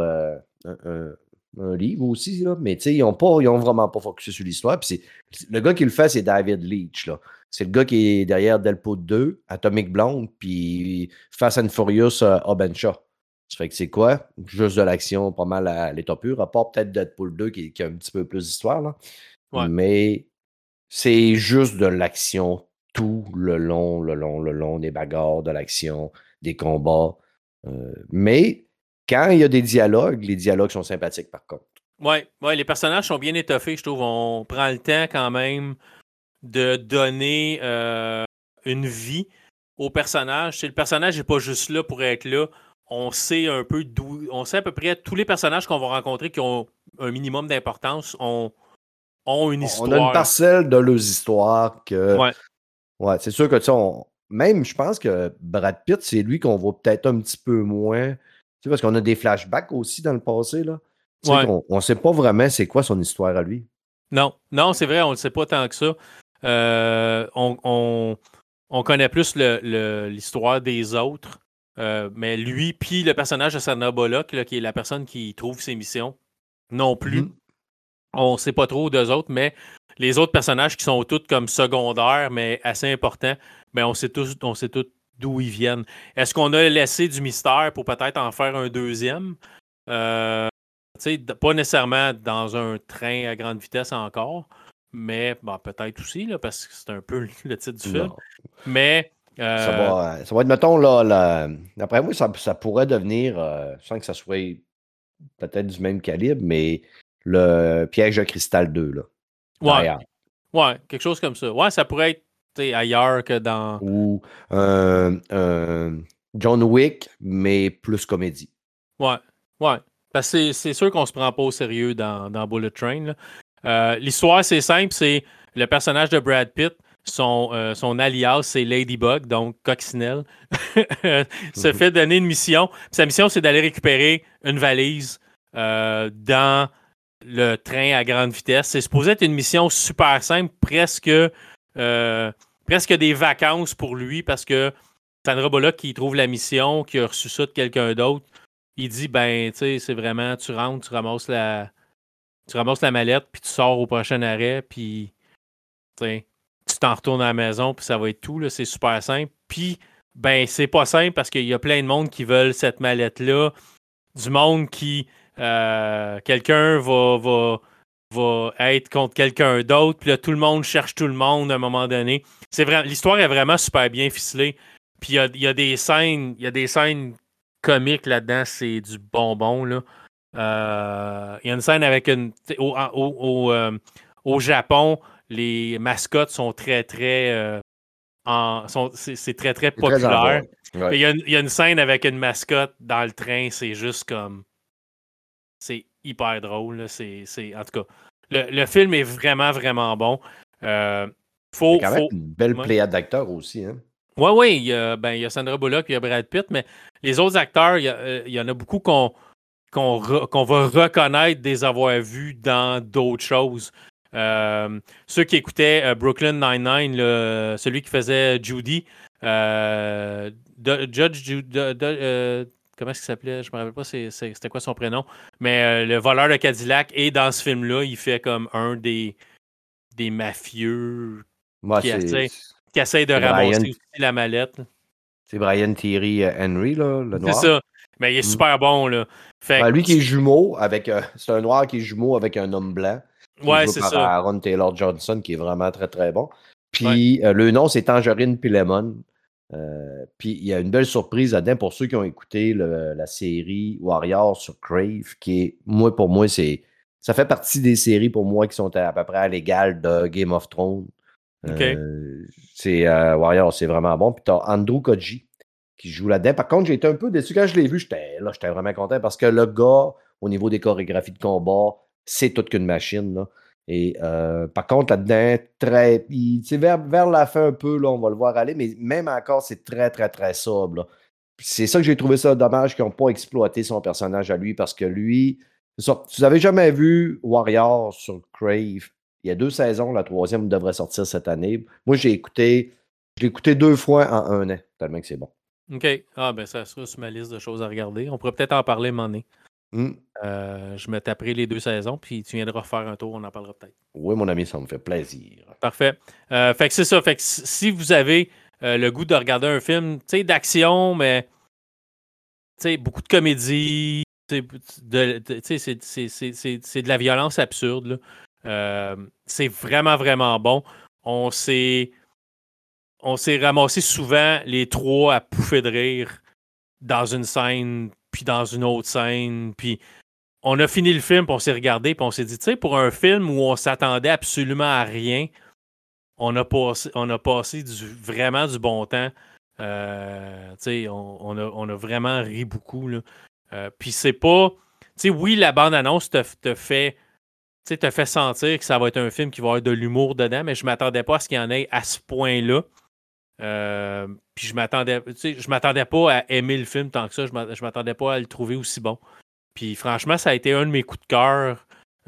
Speaker 2: un livre aussi, là, mais ils ont vraiment pas focusé sur l'histoire. Puis le gars qui le fait, c'est David Leitch. Là. C'est le gars qui est derrière Delpo 2, Atomic Blonde, puis Fast and Furious Shaw. Ça fait que c'est quoi? Juste de l'action, pas mal à l'état pur, à part peut-être Deadpool 2 qui a un petit peu plus d'histoire. Là.
Speaker 1: Ouais.
Speaker 2: Mais c'est juste de l'action tout le long, des bagarres, de l'action, des combats. Mais quand il y a des dialogues, les dialogues sont sympathiques par contre.
Speaker 1: Ouais, les personnages sont bien étoffés, je trouve. On prend le temps quand même de donner une vie au personnage. Le personnage n'est pas juste là pour être là. On sait un peu d'où. On sait à peu près tous les personnages qu'on va rencontrer qui ont un minimum d'importance ont une
Speaker 2: On a une
Speaker 1: histoire.
Speaker 2: parcelle de leurs histoires que.
Speaker 1: Ouais.
Speaker 2: Ouais, c'est sûr que même je pense que Brad Pitt, c'est lui qu'on voit peut-être un petit peu moins. Parce qu'on a des flashbacks aussi dans le passé, là.
Speaker 1: Ouais.
Speaker 2: On ne sait pas vraiment c'est quoi son histoire à lui.
Speaker 1: Non, c'est vrai, on ne le sait pas tant que ça. On connaît plus l'histoire des autres, mais lui, puis le personnage de Sandra Bullock, là, qui est la personne qui trouve ses missions, non plus.
Speaker 2: Mhm.
Speaker 1: On ne sait pas trop d'eux autres, mais les autres personnages qui sont tous comme secondaires, mais assez importants, ben on sait tous d'où ils viennent. Est-ce qu'on a laissé du mystère pour peut-être en faire un deuxième? Pas nécessairement dans un train à grande vitesse encore, mais peut-être aussi, là, parce que c'est un peu le titre du film.
Speaker 2: Non.
Speaker 1: Mais
Speaker 2: Ça va être, mettons, là, d'après moi, ça pourrait devenir, sans que ça soit peut-être du même calibre, mais le Piège de Cristal 2, là,
Speaker 1: ouais,
Speaker 2: d'ailleurs.
Speaker 1: quelque chose comme ça. Ouais, ça pourrait être ailleurs que dans.
Speaker 2: Ou un John Wick, mais plus comédie.
Speaker 1: Ouais. Parce que c'est sûr qu'on se prend pas au sérieux dans Bullet Train. Là. L'histoire, c'est simple, c'est le personnage de Brad Pitt, son alias, c'est Ladybug, donc Coccinelle, se fait donner une mission. Puis sa mission, c'est d'aller récupérer une valise dans le train à grande vitesse. C'est supposé être une mission super simple, presque des vacances pour lui, parce que Sandra Bullock, qui trouve la mission, qui a reçu ça de quelqu'un d'autre, il dit, ben, tu sais, c'est vraiment, tu rentres, tu ramasses la mallette, puis tu sors au prochain arrêt, puis, tu t'en retournes à la maison, puis ça va être tout, là, c'est super simple. Puis, ben, c'est pas simple parce qu'il y a plein de monde qui veulent cette mallette-là, du monde qui, quelqu'un va être contre quelqu'un d'autre, puis là, tout le monde cherche tout le monde à un moment donné. L'histoire est vraiment super bien ficelée. Puis il y a des scènes comiques là-dedans, c'est du bonbon, là. Il y a une scène avec au Japon, les mascottes sont très, très c'est très, très
Speaker 2: C'est très en
Speaker 1: populaire.
Speaker 2: vogue. Ouais.
Speaker 1: Il y a une scène avec une mascotte dans le train, c'est juste comme c'est hyper drôle. Là. En tout cas, le film est vraiment, vraiment bon.
Speaker 2: Il y a quand même
Speaker 1: Faut...
Speaker 2: une belle
Speaker 1: Ouais.
Speaker 2: pléiade d'acteurs aussi. Hein?
Speaker 1: Oui, il y a Sandra Bullock, il y a Brad Pitt, mais les autres acteurs, il y en a beaucoup qu'on va reconnaître des avoir vus dans d'autres choses. Ceux qui écoutaient Brooklyn Nine-Nine, celui qui faisait Judy, Judge Judy, comment est-ce qu'il s'appelait? Je ne me rappelle pas c'était quoi son prénom. Mais le voleur de Cadillac, et dans ce film-là, il fait comme un des mafieux
Speaker 2: Moi,
Speaker 1: qui
Speaker 2: c'est
Speaker 1: essaie de
Speaker 2: Ryan.
Speaker 1: ramasser aussi la mallette.
Speaker 2: C'est Brian Thierry Henry, là, le
Speaker 1: C'est
Speaker 2: noir.
Speaker 1: ça. Mais il est super bon, là. Fait
Speaker 2: Lui qui est jumeau avec. C'est un noir qui est jumeau avec un homme blanc. Qui est
Speaker 1: ouais,
Speaker 2: joué
Speaker 1: c'est
Speaker 2: par
Speaker 1: ça.
Speaker 2: Aaron Taylor Johnson, qui est vraiment très, très bon.
Speaker 1: Ouais.
Speaker 2: Puis le nom, c'est Tangerine puis Lemon. Puis il y a une belle surprise là-dedans pour ceux qui ont écouté la série Warrior sur Crave, qui est, pour moi, ça fait partie des séries pour moi qui sont à peu près à l'égal de Game of Thrones.
Speaker 1: OK.
Speaker 2: Warrior, c'est vraiment bon. Puis tu as Andrew Koji qui joue là-dedans. Par contre, j'ai été un peu déçu quand je l'ai vu. J'étais vraiment content parce que le gars, au niveau des chorégraphies de combat, c'est toute qu'une machine, là. Et par contre, là-dedans, vers la fin un peu, là, on va le voir aller, mais même encore, c'est très, très, très sobre, là. C'est ça que j'ai trouvé ça dommage qu'ils n'ont pas exploité son personnage à lui parce que lui, c'est ça. Si vous n'avez jamais vu Warrior sur Crave, il y a 2 saisons, la 3e devrait sortir cette année. Moi, je l'ai écouté 2 fois en 1 an, tellement que c'est bon.
Speaker 1: OK. Ah, ben ça sera sur ma liste de choses à regarder. On pourrait peut-être en parler un moment donné. Je me taperai les 2 saisons, puis tu viendras refaire un tour, on en parlera peut-être.
Speaker 2: Oui, mon ami, ça me fait plaisir.
Speaker 1: Parfait. Fait que c'est ça. Fait que si vous avez le goût de regarder un film, tu sais, d'action, mais tu sais, beaucoup de comédie, tu sais, c'est de la violence absurde, là. C'est vraiment, vraiment bon. On s'est ramassé souvent les 3 à pouffer de rire dans une scène, puis dans une autre scène, puis on a fini le film, puis on s'est regardé, puis on s'est dit, tu sais, pour un film où on s'attendait absolument à rien, on a passé vraiment du bon temps. Tu sais, on a vraiment ri beaucoup, là. Puis c'est pas... Tu sais, oui, la bande-annonce te fait sentir que ça va être un film qui va avoir de l'humour dedans, mais je m'attendais pas à ce qu'il y en ait à ce point-là. Puis je m'attendais pas à aimer le film tant que ça. Je m'attendais pas à le trouver aussi bon. Puis franchement, ça a été un de mes coups de cœur.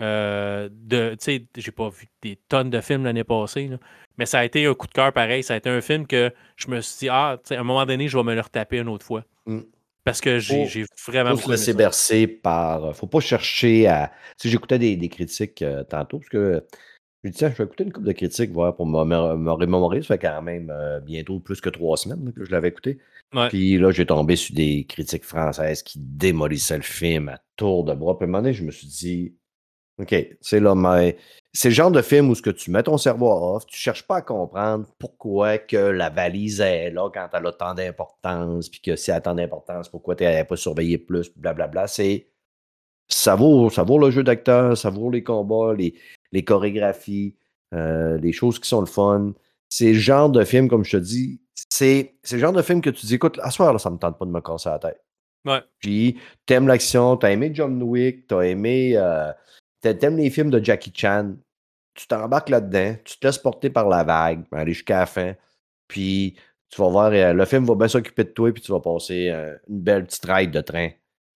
Speaker 1: Tu sais, j'ai pas vu des tonnes de films l'année passée, là, mais ça a été un coup de cœur pareil. Ça a été un film que je me suis dit, tu sais, à un moment donné, je vais me le retaper une autre fois. Parce que j'ai vraiment
Speaker 2: Faut se
Speaker 1: beaucoup aimé
Speaker 2: laisser
Speaker 1: ça.
Speaker 2: bercer par. Faut pas chercher à. Si j'écoutais des critiques tantôt, parce que je me dis, tiens, je vais écouter une couple de critiques, voir pour me remémorer. Ça fait quand même bientôt plus que 3 semaines là, que je l'avais écouté.
Speaker 1: Ouais.
Speaker 2: Puis là, j'ai tombé sur des critiques françaises qui démolissaient le film à tour de bras. Puis à un moment donné, je me suis dit, OK, c'est là, mais c'est le genre de film où ce que tu mets ton cerveau à off, tu cherches pas à comprendre pourquoi que la valise est là quand elle a tant d'importance, puis que si elle a tant d'importance, pourquoi tu n'avais pas surveillé plus, blablabla. Ça vaut le jeu d'acteur, ça vaut les combats, les chorégraphies, les choses qui sont le fun. C'est le genre de film, comme je te dis, c'est le genre de film que tu dis, écoute, à ce soir, là, ça me tente pas de me casser la tête.
Speaker 1: Ouais.
Speaker 2: Puis, t'aimes l'action, t'as aimé John Wick, t'aimes les films de Jackie Chan, tu t'embarques là-dedans, tu te laisses porter par la vague, aller jusqu'à la fin, puis tu vas voir, le film va bien s'occuper de toi, puis tu vas passer une belle petite ride de train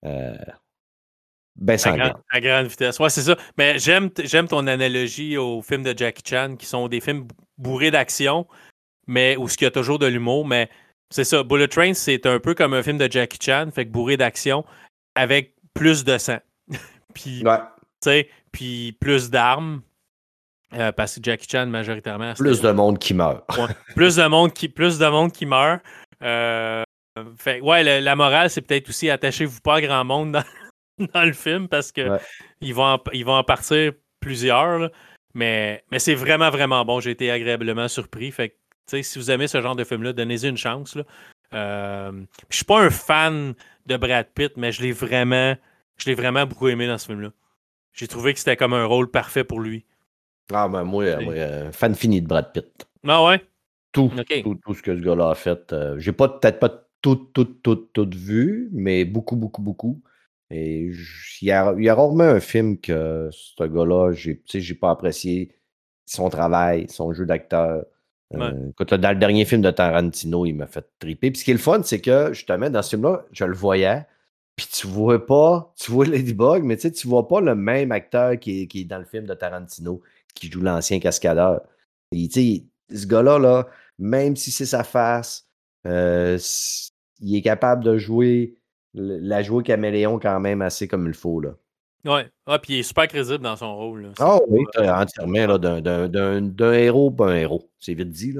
Speaker 2: bien sanglante.
Speaker 1: À grande vitesse. Ouais, c'est ça. Mais j'aime ton analogie aux films de Jackie Chan, qui sont des films bourrés d'action, mais où il y a toujours de l'humour. Mais c'est ça. Bullet Train, c'est un peu comme un film de Jackie Chan, fait que bourré d'action, avec plus de sang. Puis,
Speaker 2: Ouais.
Speaker 1: tu sais, puis plus d'armes. Parce que Jackie Chan, majoritairement,
Speaker 2: Plus de monde qui meurt.
Speaker 1: Ouais, plus de monde qui meurt. Fait, ouais, la morale, c'est peut-être aussi attachez-vous pas à grand monde dans le film parce que ils vont en partir plusieurs. Là. Mais c'est vraiment, vraiment bon. J'ai été agréablement surpris. Fait que, si vous aimez ce genre de film-là, donnez-y une chance. Là. Je suis pas un fan de Brad Pitt, mais je l'ai vraiment beaucoup aimé dans ce film-là. J'ai trouvé que c'était comme un rôle parfait pour lui.
Speaker 2: Ah, ben moi, fan fini de Brad Pitt.
Speaker 1: Ah ouais?
Speaker 2: Tout ce que ce gars-là a fait. J'ai peut-être pas tout vu, mais beaucoup, beaucoup, beaucoup. Et il y a rarement un film que ce gars-là, j'ai pas apprécié son travail, son jeu d'acteur. Écoute, là, dans le dernier film de Tarantino, il m'a fait triper. Puis ce qui est le fun, c'est que justement, dans ce film-là, je le voyais. Puis tu vois Ladybug, mais tu vois pas le même acteur qui est dans le film de Tarantino, qui joue l'ancien cascadeur. Et, ce gars-là, là, même si c'est sa face, il est capable de jouer la jouer caméléon quand même assez comme il faut. Là.
Speaker 1: Ouais. Ah, puis il est super crédible dans son rôle. Là.
Speaker 2: Ah oui, entièrement, là, d'un héros pas un héros. C'est vite dit, là.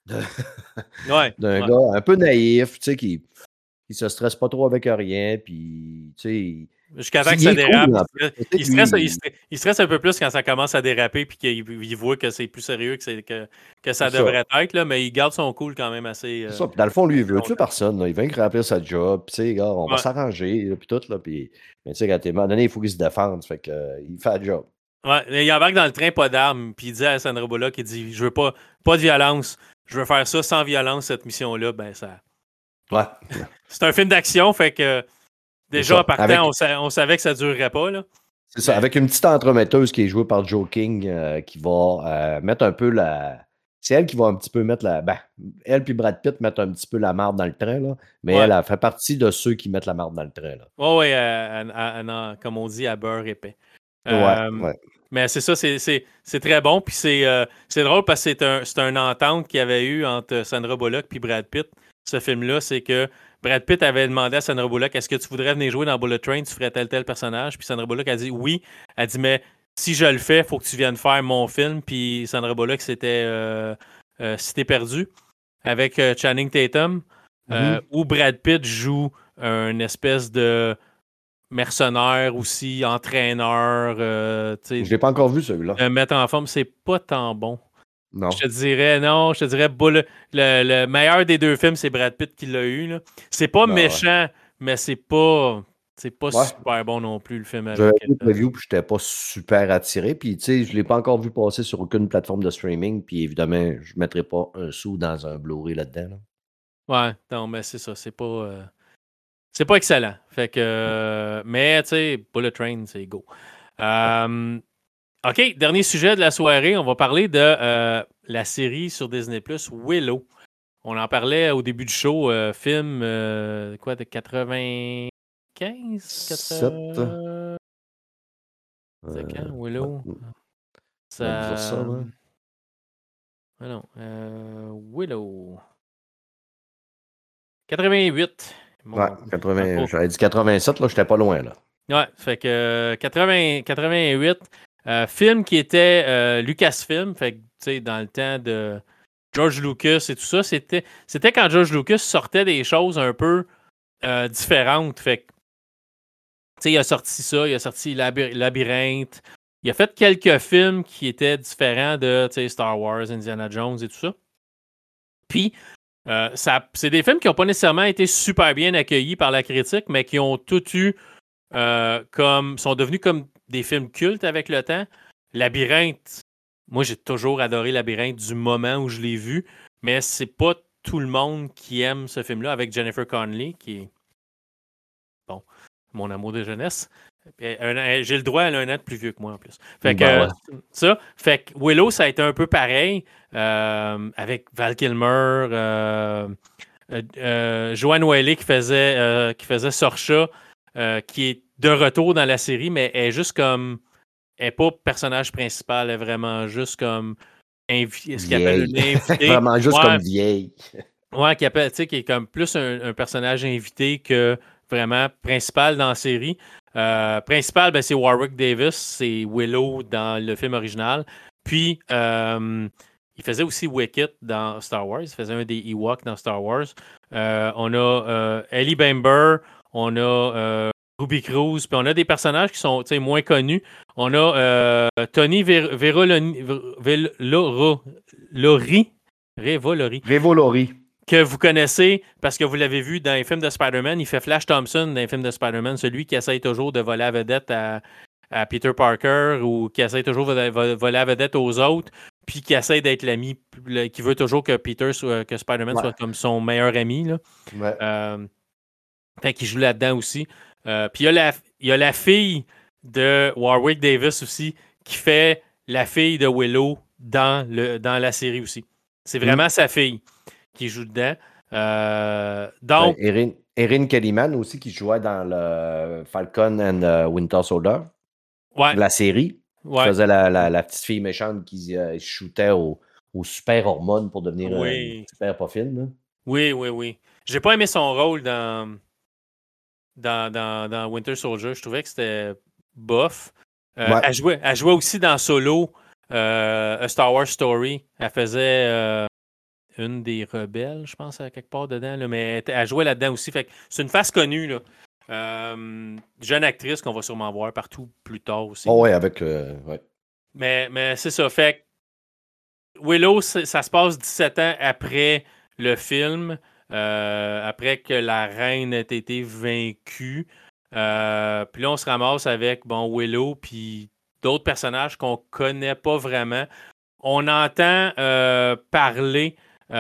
Speaker 2: de-
Speaker 1: Ouais,
Speaker 2: d'un
Speaker 1: ouais.
Speaker 2: gars un peu naïf, tu sais, qui se stresse pas trop avec rien, puis, tu sais,
Speaker 1: Jusqu'à temps
Speaker 2: puis
Speaker 1: que
Speaker 2: il
Speaker 1: ça
Speaker 2: est
Speaker 1: dérape.
Speaker 2: cool en plus. Tu sais,
Speaker 1: Il stresse,
Speaker 2: lui,
Speaker 1: il stresse un peu plus quand ça commence à déraper puis qu'il voit que c'est plus sérieux que
Speaker 2: c'est
Speaker 1: ça
Speaker 2: ça.
Speaker 1: devrait être, là, mais il garde son cool quand même assez,
Speaker 2: C'est ça. Puis dans le fond, lui, il
Speaker 1: assez
Speaker 2: veut tuer
Speaker 1: longtemps.
Speaker 2: personne, là. Il veut que remplir sa job. Puis, tu sais, gars, on va
Speaker 1: Ouais.
Speaker 2: s'arranger, là, puis tout, là. Puis, mais tu sais, quand à un moment donné, il faut qu'il se défende. Fait que, il fait le job.
Speaker 1: Ouais, mais il embarque dans le train, pas d'armes, puis il dit à Sandra Bullock, il dit, je veux pas de violence, je veux faire ça sans violence, cette mission-là, ben ça... Bon.
Speaker 2: Ouais,
Speaker 1: C'est un film d'action, fait que
Speaker 2: c'est
Speaker 1: déjà, en
Speaker 2: ça.
Speaker 1: partant, on savait que ça durerait pas, là.
Speaker 2: C'est ça.
Speaker 1: Mais,
Speaker 2: Avec une petite entremetteuse qui est jouée par Joe King, qui va mettre un peu la. C'est elle qui va un petit peu mettre la. Ben, elle puis Brad Pitt mettent un petit peu la marde dans le train, là. Mais
Speaker 1: ouais,
Speaker 2: elle fait partie de ceux qui mettent la marde dans le train, là.
Speaker 1: ouais, comme on dit, à beurre épais.
Speaker 2: Ouais,
Speaker 1: Euh,
Speaker 2: ouais.
Speaker 1: mais c'est ça, c'est très bon. Puis c'est drôle parce que c'est une entente qu'il y avait eu entre Sandra Bullock et Brad Pitt. Ce film-là, c'est que Brad Pitt avait demandé à Sandra Bullock, est-ce que tu voudrais venir jouer dans Bullet Train, tu ferais tel personnage. Puis Sandra Bullock a dit oui. Elle dit, mais si je le fais, il faut que tu viennes faire mon film. Puis Sandra Bullock, c'était Cité perdue avec Channing Tatum,
Speaker 2: Mhm.
Speaker 1: où Brad Pitt joue une espèce de mercenaire aussi, entraîneur, tu
Speaker 2: Je
Speaker 1: sais,
Speaker 2: l'ai pas encore vu, celui-là.
Speaker 1: mettre en forme, c'est pas tant bon. Je
Speaker 2: Non.
Speaker 1: te dirais, non, je te dirais, le meilleur des deux films, c'est Brad Pitt qui l'a eu, là. C'est pas
Speaker 2: Ben ouais.
Speaker 1: méchant, mais c'est pas
Speaker 2: Ouais.
Speaker 1: super bon non plus, le film
Speaker 2: J'avais
Speaker 1: avec.
Speaker 2: vu le preview, puis j'étais pas super attiré. Puis, tu sais, je l'ai pas encore vu passer sur aucune plateforme de streaming. Puis, évidemment, je mettrai pas un sou dans un Blu-ray là-dedans, là.
Speaker 1: Ouais, non, mais c'est ça, c'est pas excellent. Fait que, mais, tu sais, Bullet Train, c'est go. Euh, OK, dernier sujet de la soirée, on va parler de la série sur Disney+, Willow. On en parlait au début du show, film, quoi, de 95?
Speaker 2: 7.
Speaker 1: 80... C'est quand,
Speaker 2: Ouais,
Speaker 1: Willow?
Speaker 2: on va te dire ça,
Speaker 1: Ça...
Speaker 2: là.
Speaker 1: Ah non, Willow. 88.
Speaker 2: Ouais,
Speaker 1: Mon... pas.
Speaker 2: j'avais dit 87, là, j'étais pas loin, là.
Speaker 1: Ouais, fait que 88. Film qui était Lucasfilm, fait que, tu sais, dans le temps de George Lucas et tout ça, c'était quand George Lucas sortait des choses un peu différentes. Fait que, tu sais, il a sorti ça, il a sorti Labyrinthe. Il a fait quelques films qui étaient différents de, tu sais, Star Wars, Indiana Jones et tout ça. Puis, c'est des films qui n'ont pas nécessairement été super bien accueillis par la critique, mais qui ont tout eu sont devenus comme des films cultes avec le temps. Labyrinthe, moi j'ai toujours adoré Labyrinthe du moment où je l'ai vu, mais c'est pas tout le monde qui aime ce film-là avec Jennifer Connelly, qui est bon, mon amour de jeunesse. J'ai le droit, elle a un an de plus vieux que moi en plus. Fait
Speaker 2: Ben
Speaker 1: que
Speaker 2: ouais.
Speaker 1: fait que Willow, ça a été un peu pareil avec Val Kilmer, Joanne Whalley qui faisait Sorcha, qui est de retour dans la série, mais elle est juste comme. Elle n'est pas personnage principal, elle est vraiment juste comme ce qu'il appelle
Speaker 2: Vieille.
Speaker 1: une invitée.
Speaker 2: Vraiment juste
Speaker 1: Ouais,
Speaker 2: comme vieille.
Speaker 1: ouais, tu sais, qui est comme plus un personnage invité que vraiment principal dans la série. Principal, ben, c'est Warwick Davis, c'est Willow dans le film original. Puis, il faisait aussi Wicket dans Star Wars. Il faisait un des Ewoks dans Star Wars. On a Ellie Bamber, on a Ruby Cruz, puis on a des personnages qui sont moins connus. On a Tony Revolori,
Speaker 2: Révolori.
Speaker 1: que vous connaissez parce que vous l'avez vu dans les films de Spider-Man. Il fait Flash Thompson dans les films de Spider-Man, celui qui essaye toujours de voler la vedette à Peter Parker ou qui essaye toujours de voler la vedette aux autres, puis qui essaye d'être l'ami, qui veut toujours que que Spider-Man
Speaker 2: Ouais.
Speaker 1: soit comme son meilleur ami. Là.
Speaker 2: Ouais.
Speaker 1: Fait qu'il joue là-dedans aussi. Puis il y a la fille de Warwick Davis aussi qui fait la fille de Willow dans la série aussi. C'est
Speaker 2: Hmm.
Speaker 1: vraiment sa fille qui joue dedans.
Speaker 2: Ben,
Speaker 1: Donc,
Speaker 2: Erin Kellyman aussi, qui jouait dans le Falcon and Winter Soldier,
Speaker 1: ouais,
Speaker 2: la série, qui
Speaker 1: ouais,
Speaker 2: faisait la petite fille méchante qui shootait aux super hormones pour devenir
Speaker 1: oui,
Speaker 2: super pas fine, là.
Speaker 1: oui, oui, oui. J'ai pas aimé son rôle dans Winter Soldier. Je trouvais que c'était bof.
Speaker 2: Ouais.
Speaker 1: Elle jouait aussi dans Solo, A Star Wars Story. Elle faisait une des rebelles, je pense, à quelque part dedans. Là, mais elle jouait là-dedans aussi. Fait que c'est une face connue. Là. Jeune actrice qu'on va sûrement voir partout plus tard aussi.
Speaker 2: Oh, ouais, avec. Ouais.
Speaker 1: Mais c'est ça. Fait que Willow, ça se passe 17 ans après le film, après que la reine ait été vaincue. Puis là, on se ramasse avec Willow, puis d'autres personnages qu'on connaît pas vraiment. On entend parler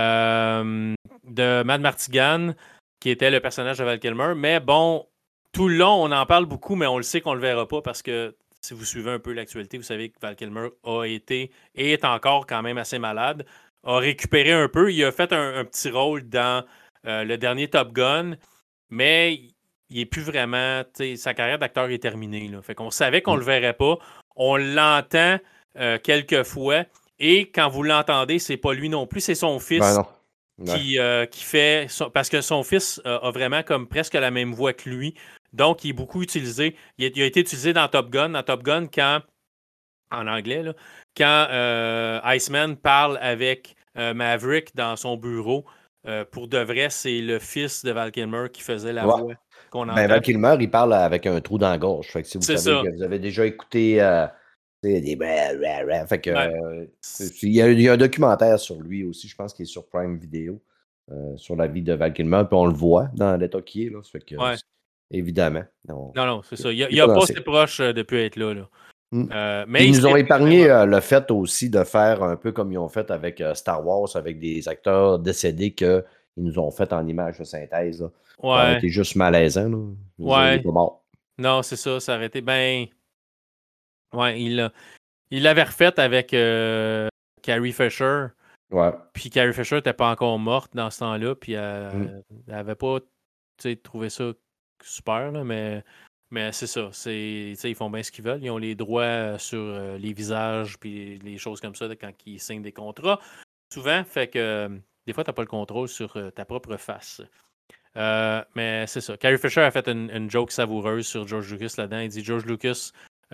Speaker 1: de Mad Martigan, qui était le personnage de Val Kilmer, mais bon, tout le long, on en parle beaucoup, mais on le sait qu'on le verra pas parce que si vous suivez un peu l'actualité, vous savez que Val Kilmer a été et est encore quand même assez malade, a récupéré un peu. Il a fait un petit rôle dans le dernier Top Gun, mais il est plus vraiment, sa carrière d'acteur est terminée. Là. Fait qu'on savait qu'on le verrait pas. On l'entend quelques fois. Et quand vous l'entendez, c'est pas lui non plus, c'est son fils
Speaker 2: Ben non. Ouais.
Speaker 1: qui fait. Parce que son fils a vraiment comme presque la même voix que lui. Donc, il est beaucoup utilisé. Il a été utilisé dans Top Gun. Dans Top Gun, en anglais, là, quand Iceman parle avec Maverick dans son bureau, pour de vrai, c'est le fils de Val Kilmer qui faisait la
Speaker 2: Ouais.
Speaker 1: voix qu'on
Speaker 2: Ben,
Speaker 1: entend.
Speaker 2: Val Kilmer, il parle avec un trou dans la gorge. Fait que si vous
Speaker 1: C'est
Speaker 2: savez
Speaker 1: ça.
Speaker 2: que vous avez déjà écouté des. Fait que,
Speaker 1: Ouais.
Speaker 2: il y a un documentaire sur lui aussi, je pense qu'il est sur Prime Video, sur la vie de Val Kilmer, puis on le voit dans l'état qu'il est. Là, fait que,
Speaker 1: Ouais.
Speaker 2: évidemment.
Speaker 1: Non, c'est ça. Il
Speaker 2: Il est
Speaker 1: n'a
Speaker 2: pas
Speaker 1: pas
Speaker 2: dansé.
Speaker 1: assez proche de plus être là. Mais
Speaker 2: Puis ils
Speaker 1: il
Speaker 2: nous ont
Speaker 1: s'est
Speaker 2: épargné le fait aussi de faire un peu comme ils ont fait avec Star Wars, avec des acteurs décédés qu'ils nous ont fait en images de synthèse. Là. Ça aurait
Speaker 1: Ouais.
Speaker 2: été juste malaisant. Là. Je veux dire, il est
Speaker 1: Ouais.
Speaker 2: pas mort.
Speaker 1: Non, c'est ça. Ça aurait été bien. Ouais, il l'avait refait avec Carrie Fisher.
Speaker 2: Ouais.
Speaker 1: Puis Carrie Fisher n'était pas encore morte dans ce temps-là. Puis
Speaker 2: Mm.
Speaker 1: elle n'avait pas trouvé ça super. Là, mais c'est ça. Ils font bien ce qu'ils veulent. Ils ont les droits sur les visages puis les choses comme ça quand ils signent des contrats. Souvent, fait que des fois, tu n'as pas le contrôle sur ta propre face. Mais c'est ça. Carrie Fisher a fait une joke savoureuse sur George Lucas là-dedans. Il dit George Lucas,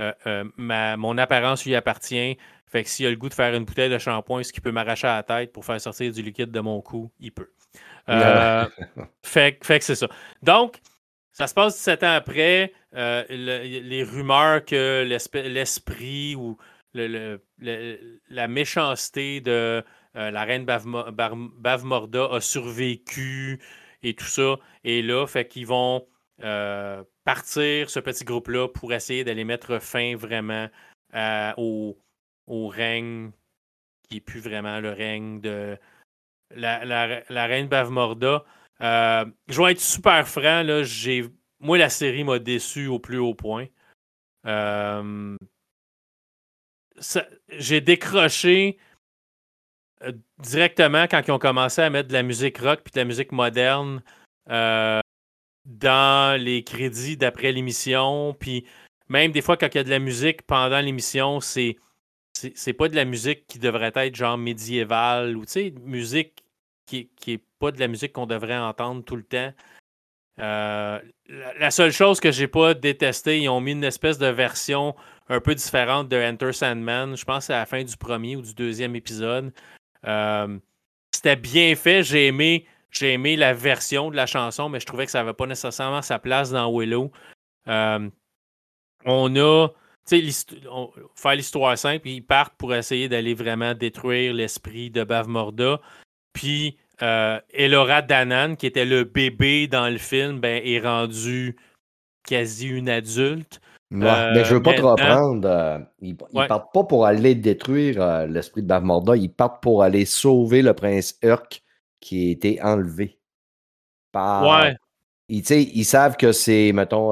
Speaker 1: mon apparence lui appartient. Fait que s'il a le goût de faire une bouteille de shampoing, ce qui peut m'arracher à la tête pour faire sortir du liquide de mon cou, il peut. Fait que c'est ça. Donc, ça se passe 17 ans après. Les rumeurs que l'esprit ou la méchanceté de la reine Bavmorda a survécu et tout ça. Et là, fait qu'ils vont partir, ce petit groupe-là, pour essayer d'aller mettre fin vraiment au règne qui n'est plus vraiment le règne de la reine Bavmorda. Je vais être super franc, là, moi, la série m'a déçu au plus haut point. J'ai décroché directement quand ils ont commencé à mettre de la musique rock puis de la musique moderne dans les crédits d'après l'émission. Puis même des fois, quand il y a de la musique pendant l'émission, c'est pas de la musique qui devrait être genre médiévale ou musique qui est pas de la musique qu'on devrait entendre tout le temps. La seule chose que j'ai pas détesté, ils ont mis une espèce de version un peu différente de Enter Sandman. Je pense que c'est à la fin du premier ou du deuxième épisode. C'était bien fait. J'ai aimé la version de la chanson, mais je trouvais que ça n'avait pas nécessairement sa place dans Willow. On a, faire l'histoire simple, ils partent pour essayer d'aller vraiment détruire l'esprit de Bavmorda. Puis Elora Danan, qui était le bébé dans le film, est rendu quasi une adulte.
Speaker 2: Ouais. Mais je veux pas te
Speaker 1: Maintenant,
Speaker 2: reprendre. Ils
Speaker 1: ouais,
Speaker 2: partent pas pour aller détruire l'esprit de Bavmorda. Ils partent pour aller sauver le prince Urk qui a été enlevé par.
Speaker 1: ouais,
Speaker 2: Ils savent que c'est, mettons,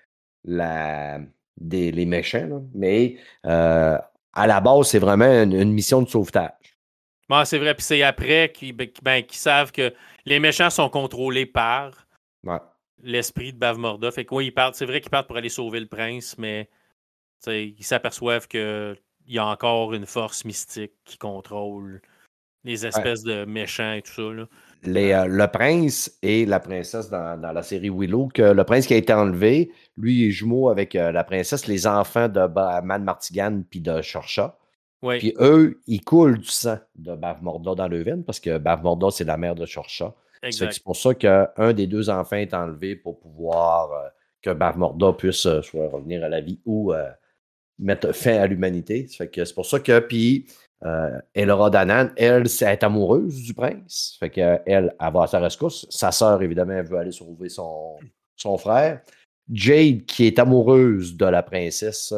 Speaker 2: les méchants, là. Mais à la base, c'est vraiment une mission de sauvetage.
Speaker 1: c'est vrai. Puis c'est après qu'ils savent que les méchants sont contrôlés par
Speaker 2: Ouais.
Speaker 1: l'esprit de Bavmorda. Fait que oui, c'est vrai qu'ils partent pour aller sauver le prince, mais ils s'aperçoivent qu'il y a encore une force mystique qui contrôle les
Speaker 2: Ouais.
Speaker 1: espèces de méchants et tout ça. Là.
Speaker 2: Le prince et la princesse dans la série Willow, que le prince qui a été enlevé, lui, il est jumeau avec la princesse, les enfants de Mad Martigan puis de Shorcha.
Speaker 1: Oui,
Speaker 2: Puis eux, ils coulent du sang de Bav Morda dans le veine parce que Bav Morda, c'est la mère de Shorcha. Ça fait que
Speaker 1: exact.
Speaker 2: c'est pour ça qu'un des deux enfants est enlevé pour pouvoir que Bav Morda puisse soit revenir à la vie ou mettre fin à l'humanité. Ça fait que c'est pour ça que, puis, Elora Danan, elle, elle est amoureuse du prince. Ça fait qu'elle, elle va à sa rescousse. Sa sœur, évidemment, elle veut aller sauver son frère. Jade, qui est amoureuse de la princesse,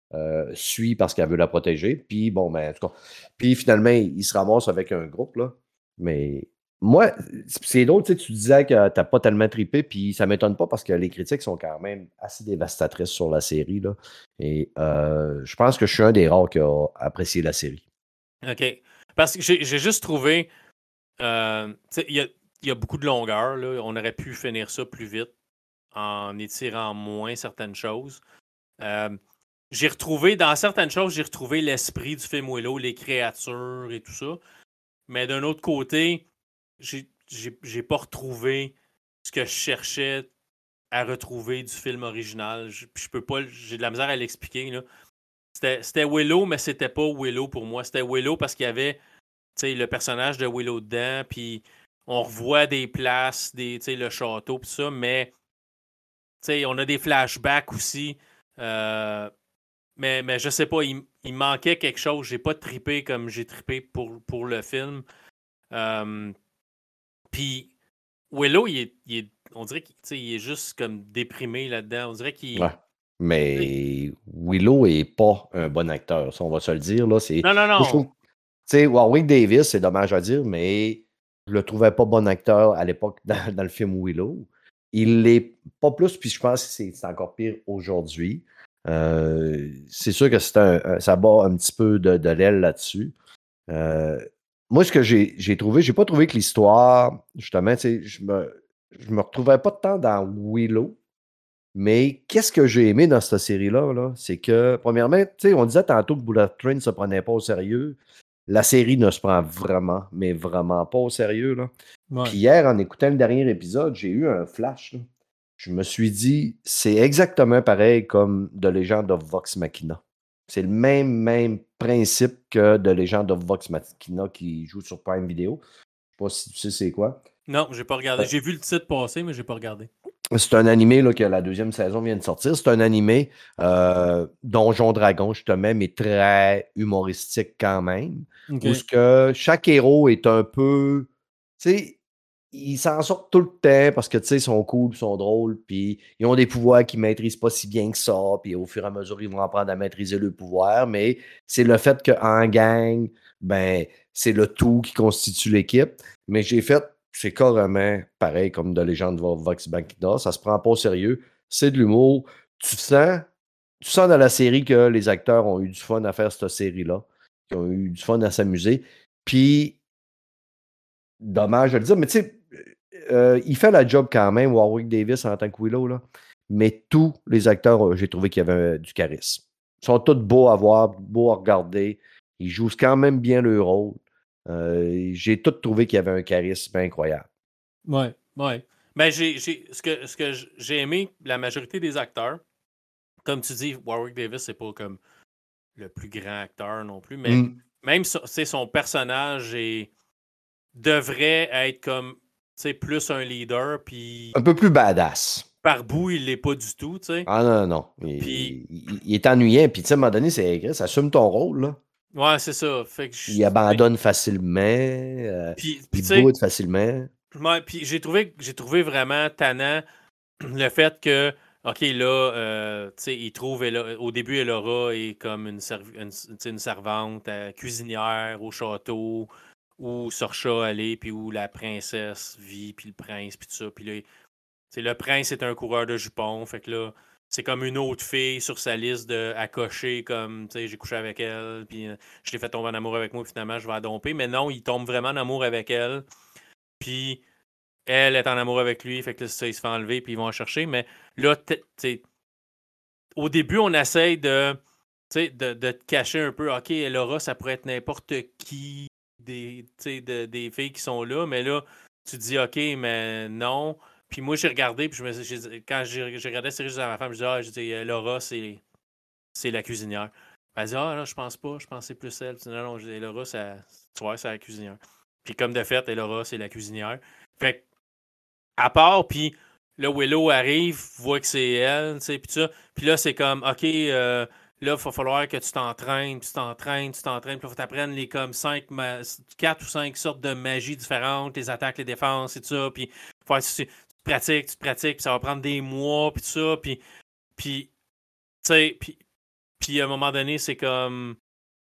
Speaker 2: suit parce qu'elle veut la protéger. Puis, bon, ben, en tout cas, puis finalement, il se ramasse avec un groupe, là. Mais moi, c'est drôle, tu sais, tu disais que t'as pas tellement trippé, puis ça m'étonne pas parce que les critiques sont quand même assez dévastatrices sur la série, là. Et je pense que je suis un des rares qui a apprécié la série.
Speaker 1: OK. Parce que j'ai juste trouvé. Tu sais, il y a beaucoup de longueur, là. On aurait pu finir ça plus vite en étirant moins certaines choses. Euh, dans certaines choses, j'ai retrouvé l'esprit du film Willow, les créatures et tout ça. Mais d'un autre côté, j'ai pas retrouvé ce que je cherchais à retrouver du film original. Puis je peux pas, j'ai de la misère à l'expliquer, là. C'était Willow, mais c'était pas Willow pour moi. C'était Willow parce qu'il y avait, tu sais, le personnage de Willow dedans, puis on revoit des places, tu sais, le château, tout ça, mais tu sais, on a des flashbacks aussi. Euh, mais je sais pas, il manquait quelque chose. J'ai pas trippé comme j'ai trippé pour le film. Euh, Puis Willow, on dirait qu'il est juste comme déprimé là-dedans. On dirait
Speaker 2: Ouais.
Speaker 1: qu'il.
Speaker 2: Mais Willow est pas un bon acteur, ça, on va se le dire. Là.
Speaker 1: Non, non,
Speaker 2: Moi, je trouve,
Speaker 1: non.
Speaker 2: tu sais, Warwick Davis, c'est dommage à dire, mais je le trouvais pas bon acteur à l'époque dans le film Willow. Il l'est pas plus, puis je pense que c'est encore pire aujourd'hui. C'est sûr que ça bat un petit peu de l'aile là-dessus. Euh, Moi, ce que j'ai trouvé, j'ai pas trouvé que l'histoire, justement, tu sais, je me retrouvais pas tant dans Willow, mais qu'est-ce que j'ai aimé dans cette série-là, là, c'est que, premièrement, tu sais, on disait tantôt que Bullet Train ne se prenait pas au sérieux. La série ne se prend vraiment, mais vraiment pas au sérieux, là.
Speaker 1: Ouais.
Speaker 2: Puis hier, en écoutant le dernier épisode, j'ai eu un flash, là. Je me suis dit, c'est exactement pareil comme The Legend of Vox Machina. C'est le même principe que The Legend of Vox Machina qui joue sur Prime Video. Je sais pas si tu sais c'est quoi.
Speaker 1: Non, j'ai pas regardé.
Speaker 2: Euh,
Speaker 1: J'ai vu le titre passer, mais j'ai pas regardé.
Speaker 2: C'est un animé là, que la deuxième saison vient de sortir. C'est un animé Donjon Dragon, justement, mais très humoristique quand même.
Speaker 1: OK.
Speaker 2: Où ce que chaque héros est un peu. Tu sais, ils s'en sortent tout le temps parce que tu sais, ils sont cool, ils sont drôles, puis ils ont des pouvoirs qu'ils maîtrisent pas si bien que ça, puis au fur et à mesure, ils vont apprendre à maîtriser le pouvoir. Mais c'est le fait qu'en gang, ben, c'est le tout qui constitue l'équipe. Mais j'ai fait c'est carrément pareil comme de Légende Vox Machina. Ça se prend pas au sérieux. C'est de l'humour. Tu sens dans la série que les acteurs ont eu du fun à faire cette série-là. Qu'ils ont eu du fun à s'amuser. Puis, dommage de le dire, mais tu sais, il fait la job quand même, Warwick Davis en tant que Willow, là. Mais tous les acteurs, j'ai trouvé qu'il y avait du charisme. Ils sont tous beaux à voir, beaux à regarder. Ils jouent quand même bien leur rôle. J'ai tout trouvé qu'il y avait un charisme incroyable.
Speaker 1: Ouais, ouais. Mais ce que j'ai aimé, la majorité des acteurs, comme tu dis, Warwick Davis, c'est pas comme le plus grand acteur non plus, mais
Speaker 2: Mm.
Speaker 1: même son personnage devrait être comme plus un leader, puis
Speaker 2: Un peu plus badass.
Speaker 1: par bout, il l'est pas du tout, tu sais.
Speaker 2: Ah non, non, non.
Speaker 1: Puis,
Speaker 2: Il est ennuyant. Puis, tu sais, à un moment donné, c'est écrit, assume ton rôle, là.
Speaker 1: ouais, c'est ça. Fait que
Speaker 2: Il abandonne facilement.
Speaker 1: puis
Speaker 2: Il
Speaker 1: tu sais,
Speaker 2: boude facilement.
Speaker 1: ouais, puis j'ai trouvé vraiment tannant le fait que, OK, là, tu sais, au début, Elora est comme tu sais, une servante, cuisinière au château, où Sorcha allait, puis où la princesse vit, puis le prince, puis tout ça. Puis là, tu sais, le prince est un coureur de jupons, fait que là, c'est comme une autre fille sur sa liste à cocher, comme, tu sais, j'ai couché avec elle, puis je l'ai fait tomber en amour avec moi, puis finalement, je vais la domper. Mais non, il tombe vraiment en amour avec elle, puis elle est en amour avec lui, fait que là, ça, il se fait enlever, puis ils vont la chercher. Mais là, t'sais, au début, on essaye de te cacher un peu. OK, Laura, ça pourrait être n'importe qui des filles qui sont là, mais là, tu te dis OK, mais non. Puis moi, j'ai regardé, puis quand j'ai regardé la série juste à ma femme, je dis, Laura, c'est la cuisinière. Elle dit, ah, là, je pense que c'est plus elle. Je dis, non, Elora, tu vois, c'est la cuisinière. Puis comme de fait, Elora, c'est la cuisinière. Fait que, à part, puis là, Willow arrive, voit que c'est elle, tu sais, puis ça. Puis là, c'est comme, OK, là, il va falloir que tu t'entraînes, puis puis là, il faut que tu apprennes les comme 4 ou 5 sortes de magie différentes, les attaques, les défenses et tout ça. Puis, tu te pratiques, puis ça va prendre des mois, puis tout ça. Puis tu sais, puis à un moment donné, c'est comme.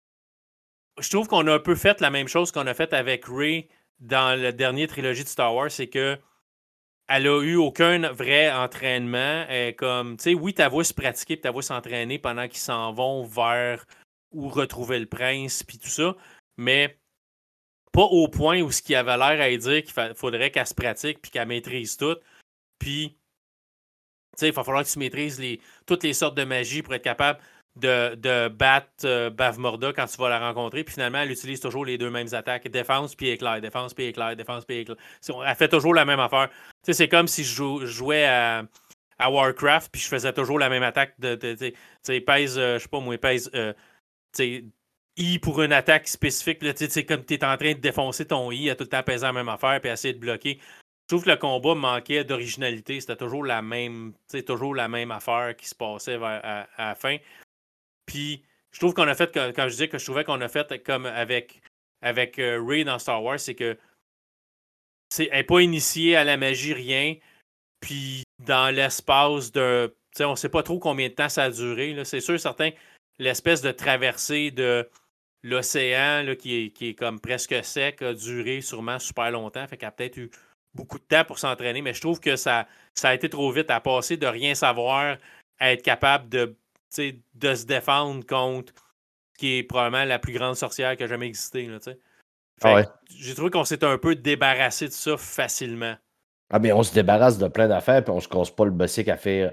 Speaker 1: Je trouve qu'on a un peu fait la même chose qu'on a fait avec Rey dans la dernière trilogie de Star Wars, c'est que elle a eu aucun vrai entraînement. Comme, tu sais, oui, t'as voix se pratiquer puis t'as voix s'entraîner pendant qu'ils s'en vont vers où retrouver le prince puis tout ça, mais pas au point où ce qui avait l'air à dire qu'il faudrait qu'elle se pratique puis qu'elle maîtrise tout. Puis, tu sais, il va falloir que tu maîtrises toutes les sortes de magie pour être capable de battre Bavmorda quand tu vas la rencontrer. Puis finalement, elle utilise toujours les deux mêmes attaques. Défense puis éclair, défense puis éclair, défense puis éclair. Elle fait toujours la même affaire. Tu sais, c'est comme si je jouais à Warcraft puis je faisais toujours la même attaque tu sais, pèse, je sais pas moi, pèse, tu sais, I pour une attaque spécifique. Là, tu sais, comme tu es en train de défoncer ton I, à tout le temps peser la même affaire puis essayer de bloquer. Je trouve que le combat manquait d'originalité. C'était toujours la même affaire qui se passait à la fin. Puis, je trouve qu'on a fait, quand je disais que je trouvais qu'on a fait comme avec Rey dans Star Wars, c'est que elle n'est pas initiée à la magie, rien. Puis, dans l'espace de. Tu sais, on ne sait pas trop combien de temps ça a duré. Là. C'est sûr, certain, l'espèce de traversée de l'océan là, qui est comme presque sec a duré sûrement super longtemps. Fait qu'elle a peut-être eu beaucoup de temps pour s'entraîner, mais je trouve que ça a été trop vite à passer de rien savoir à être capable de se défendre contre qui est probablement la plus grande sorcière qui a jamais existé. Là,
Speaker 2: Ah
Speaker 1: fait
Speaker 2: ouais.
Speaker 1: que j'ai trouvé qu'on s'est un peu débarrassé de ça facilement.
Speaker 2: Ah, mais on se débarrasse de plein d'affaires, puis on se casse pas le bossic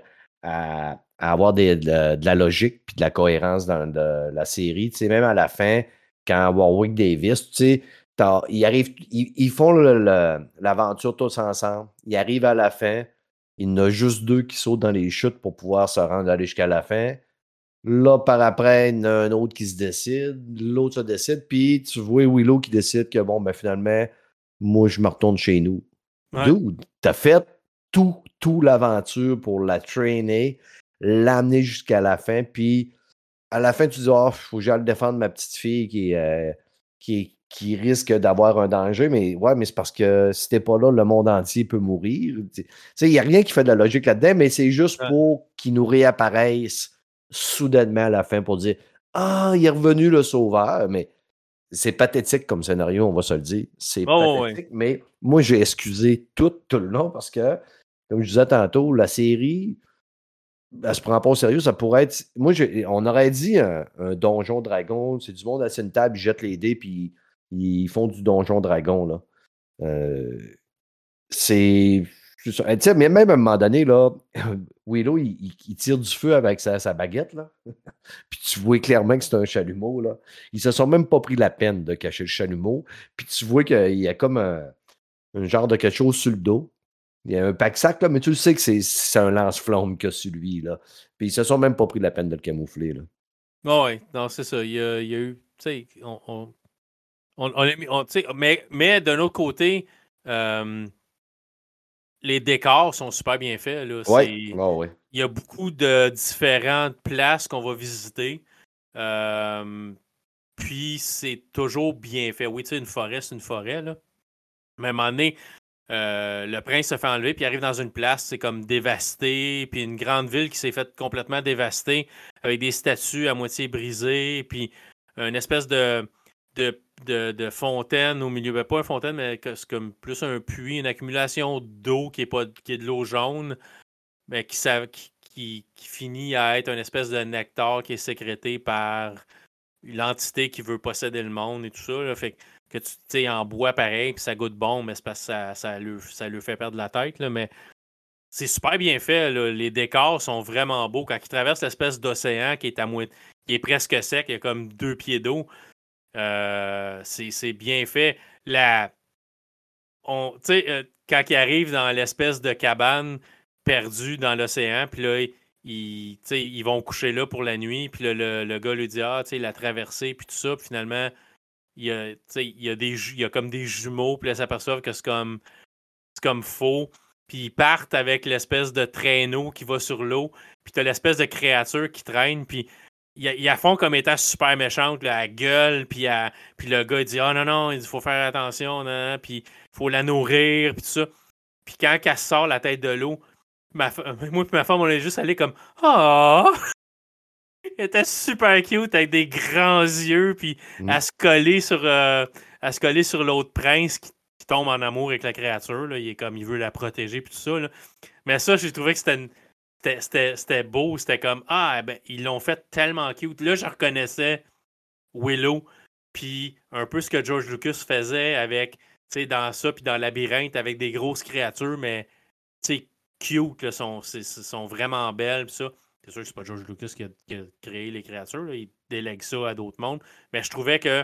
Speaker 2: à avoir de la logique puis de la cohérence dans la série. Tu sais, même à la fin, quand Warwick Davis, tu sais, ils font l'aventure tous ensemble. Ils arrivent à la fin. Il y en a juste deux qui sautent dans les chutes pour pouvoir se rendre aller jusqu'à la fin. Là, par après, il y en a un autre qui se décide. L'autre se décide. Puis tu vois Willow qui décide que bon, ben finalement, moi, je me retourne chez nous.
Speaker 1: Ouais.
Speaker 2: Dude, t'as fait tout l'aventure pour la traîner, l'amener jusqu'à la fin, puis à la fin, tu dis, oh, faut que j'aille défendre ma petite fille qui risque d'avoir un danger, mais ouais, mais c'est parce que si t'es pas là, le monde entier peut mourir. Tu sais, il n'y a rien qui fait de la logique là-dedans, mais c'est juste
Speaker 1: Ouais.
Speaker 2: pour qu'ils nous réapparaissent soudainement à la fin pour dire, ah, il est revenu le sauveur, mais c'est pathétique comme scénario, on va se le dire. C'est
Speaker 1: Oh, ouais.
Speaker 2: pathétique, mais moi, j'ai excusé tout le long parce que, comme je disais tantôt, la série, elle se prend pas au sérieux. Ça pourrait être. Moi, on aurait dit un donjon dragon. C'est du monde assis à une table, ils jettent les dés, puis ils font du donjon dragon, là. Euh, c'est ça. Tu sais, mais même à un moment donné, là, Willow, il tire du feu avec sa baguette, là. Puis tu vois clairement que c'est un chalumeau, là. Ils se sont même pas pris la peine de cacher le chalumeau. Puis tu vois qu'il y a comme un genre de quelque chose sur le dos. Il y a un pack-sac, là, mais tu le sais que c'est un lance-flamme qu'il y a sur lui, là. Puis ils se sont même pas pris la peine de le camoufler, là.
Speaker 1: Ouais, non, c'est ça. Il y a eu. Tu sais, on l'a mis. Tu sais, mais d'un autre côté, euh, les décors sont super bien faits. Là.
Speaker 2: Ouais, ouais.
Speaker 1: Il y a beaucoup de différentes places qu'on va visiter. Euh, Puis c'est toujours bien fait. Oui, tu sais, une forêt, c'est une forêt, là. Mais à un moment donné, le prince se fait enlever, puis il arrive dans une place, c'est comme dévasté, puis une grande ville qui s'est faite complètement dévastée, avec des statues à moitié brisées, puis une espèce de fontaine au milieu. Ben, pas une fontaine, mais c'est comme plus un puits, une accumulation d'eau qui est de l'eau jaune, mais qui finit à être une espèce de nectar qui est sécrété par l'entité qui veut posséder le monde et tout ça. Là, fait que tu sais, en bois pareil, puis ça goûte bon, mais c'est parce que ça lui fait perdre la tête. Là, mais c'est super bien fait. Là. Les décors sont vraiment beaux. Quand ils traversent l'espèce d'océan qui est qui est presque sec, il y a comme 2 pieds d'eau. C'est bien fait. Tu sais, quand ils arrivent dans l'espèce de cabane perdue dans l'océan, puis là, ils vont coucher là pour la nuit, puis le gars lui dit il a traversé, puis tout ça, puis finalement, il y a comme des jumeaux, puis là, ils s'aperçoivent que c'est comme faux. Puis ils partent avec l'espèce de traîneau qui va sur l'eau. Puis t'as l'espèce de créature qui traîne. Puis ils la font comme étant super méchante, là, elle gueule. Puis le gars il dit non, non, il faut faire attention. Non, puis il faut la nourrir. Puis tout ça. Puis quand elle sort la tête de l'eau, moi et ma femme, on est juste allé comme ah! Elle était super cute avec des grands yeux. Puis à se coller sur l'autre prince qui tombe en amour avec la créature. Là. Il est comme il veut la protéger puis tout ça. Là. Mais ça, j'ai trouvé que c'était beau. C'était comme ben ils l'ont fait tellement cute. Là, je reconnaissais Willow. Puis un peu ce que George Lucas faisait avec, dans ça, puis dans Labyrinthe, avec des grosses créatures, mais cute, là, sont vraiment belles. Pis ça. C'est sûr que c'est pas George Lucas qui a créé les créatures. Là. Il délègue ça à d'autres mondes. Mais je trouvais que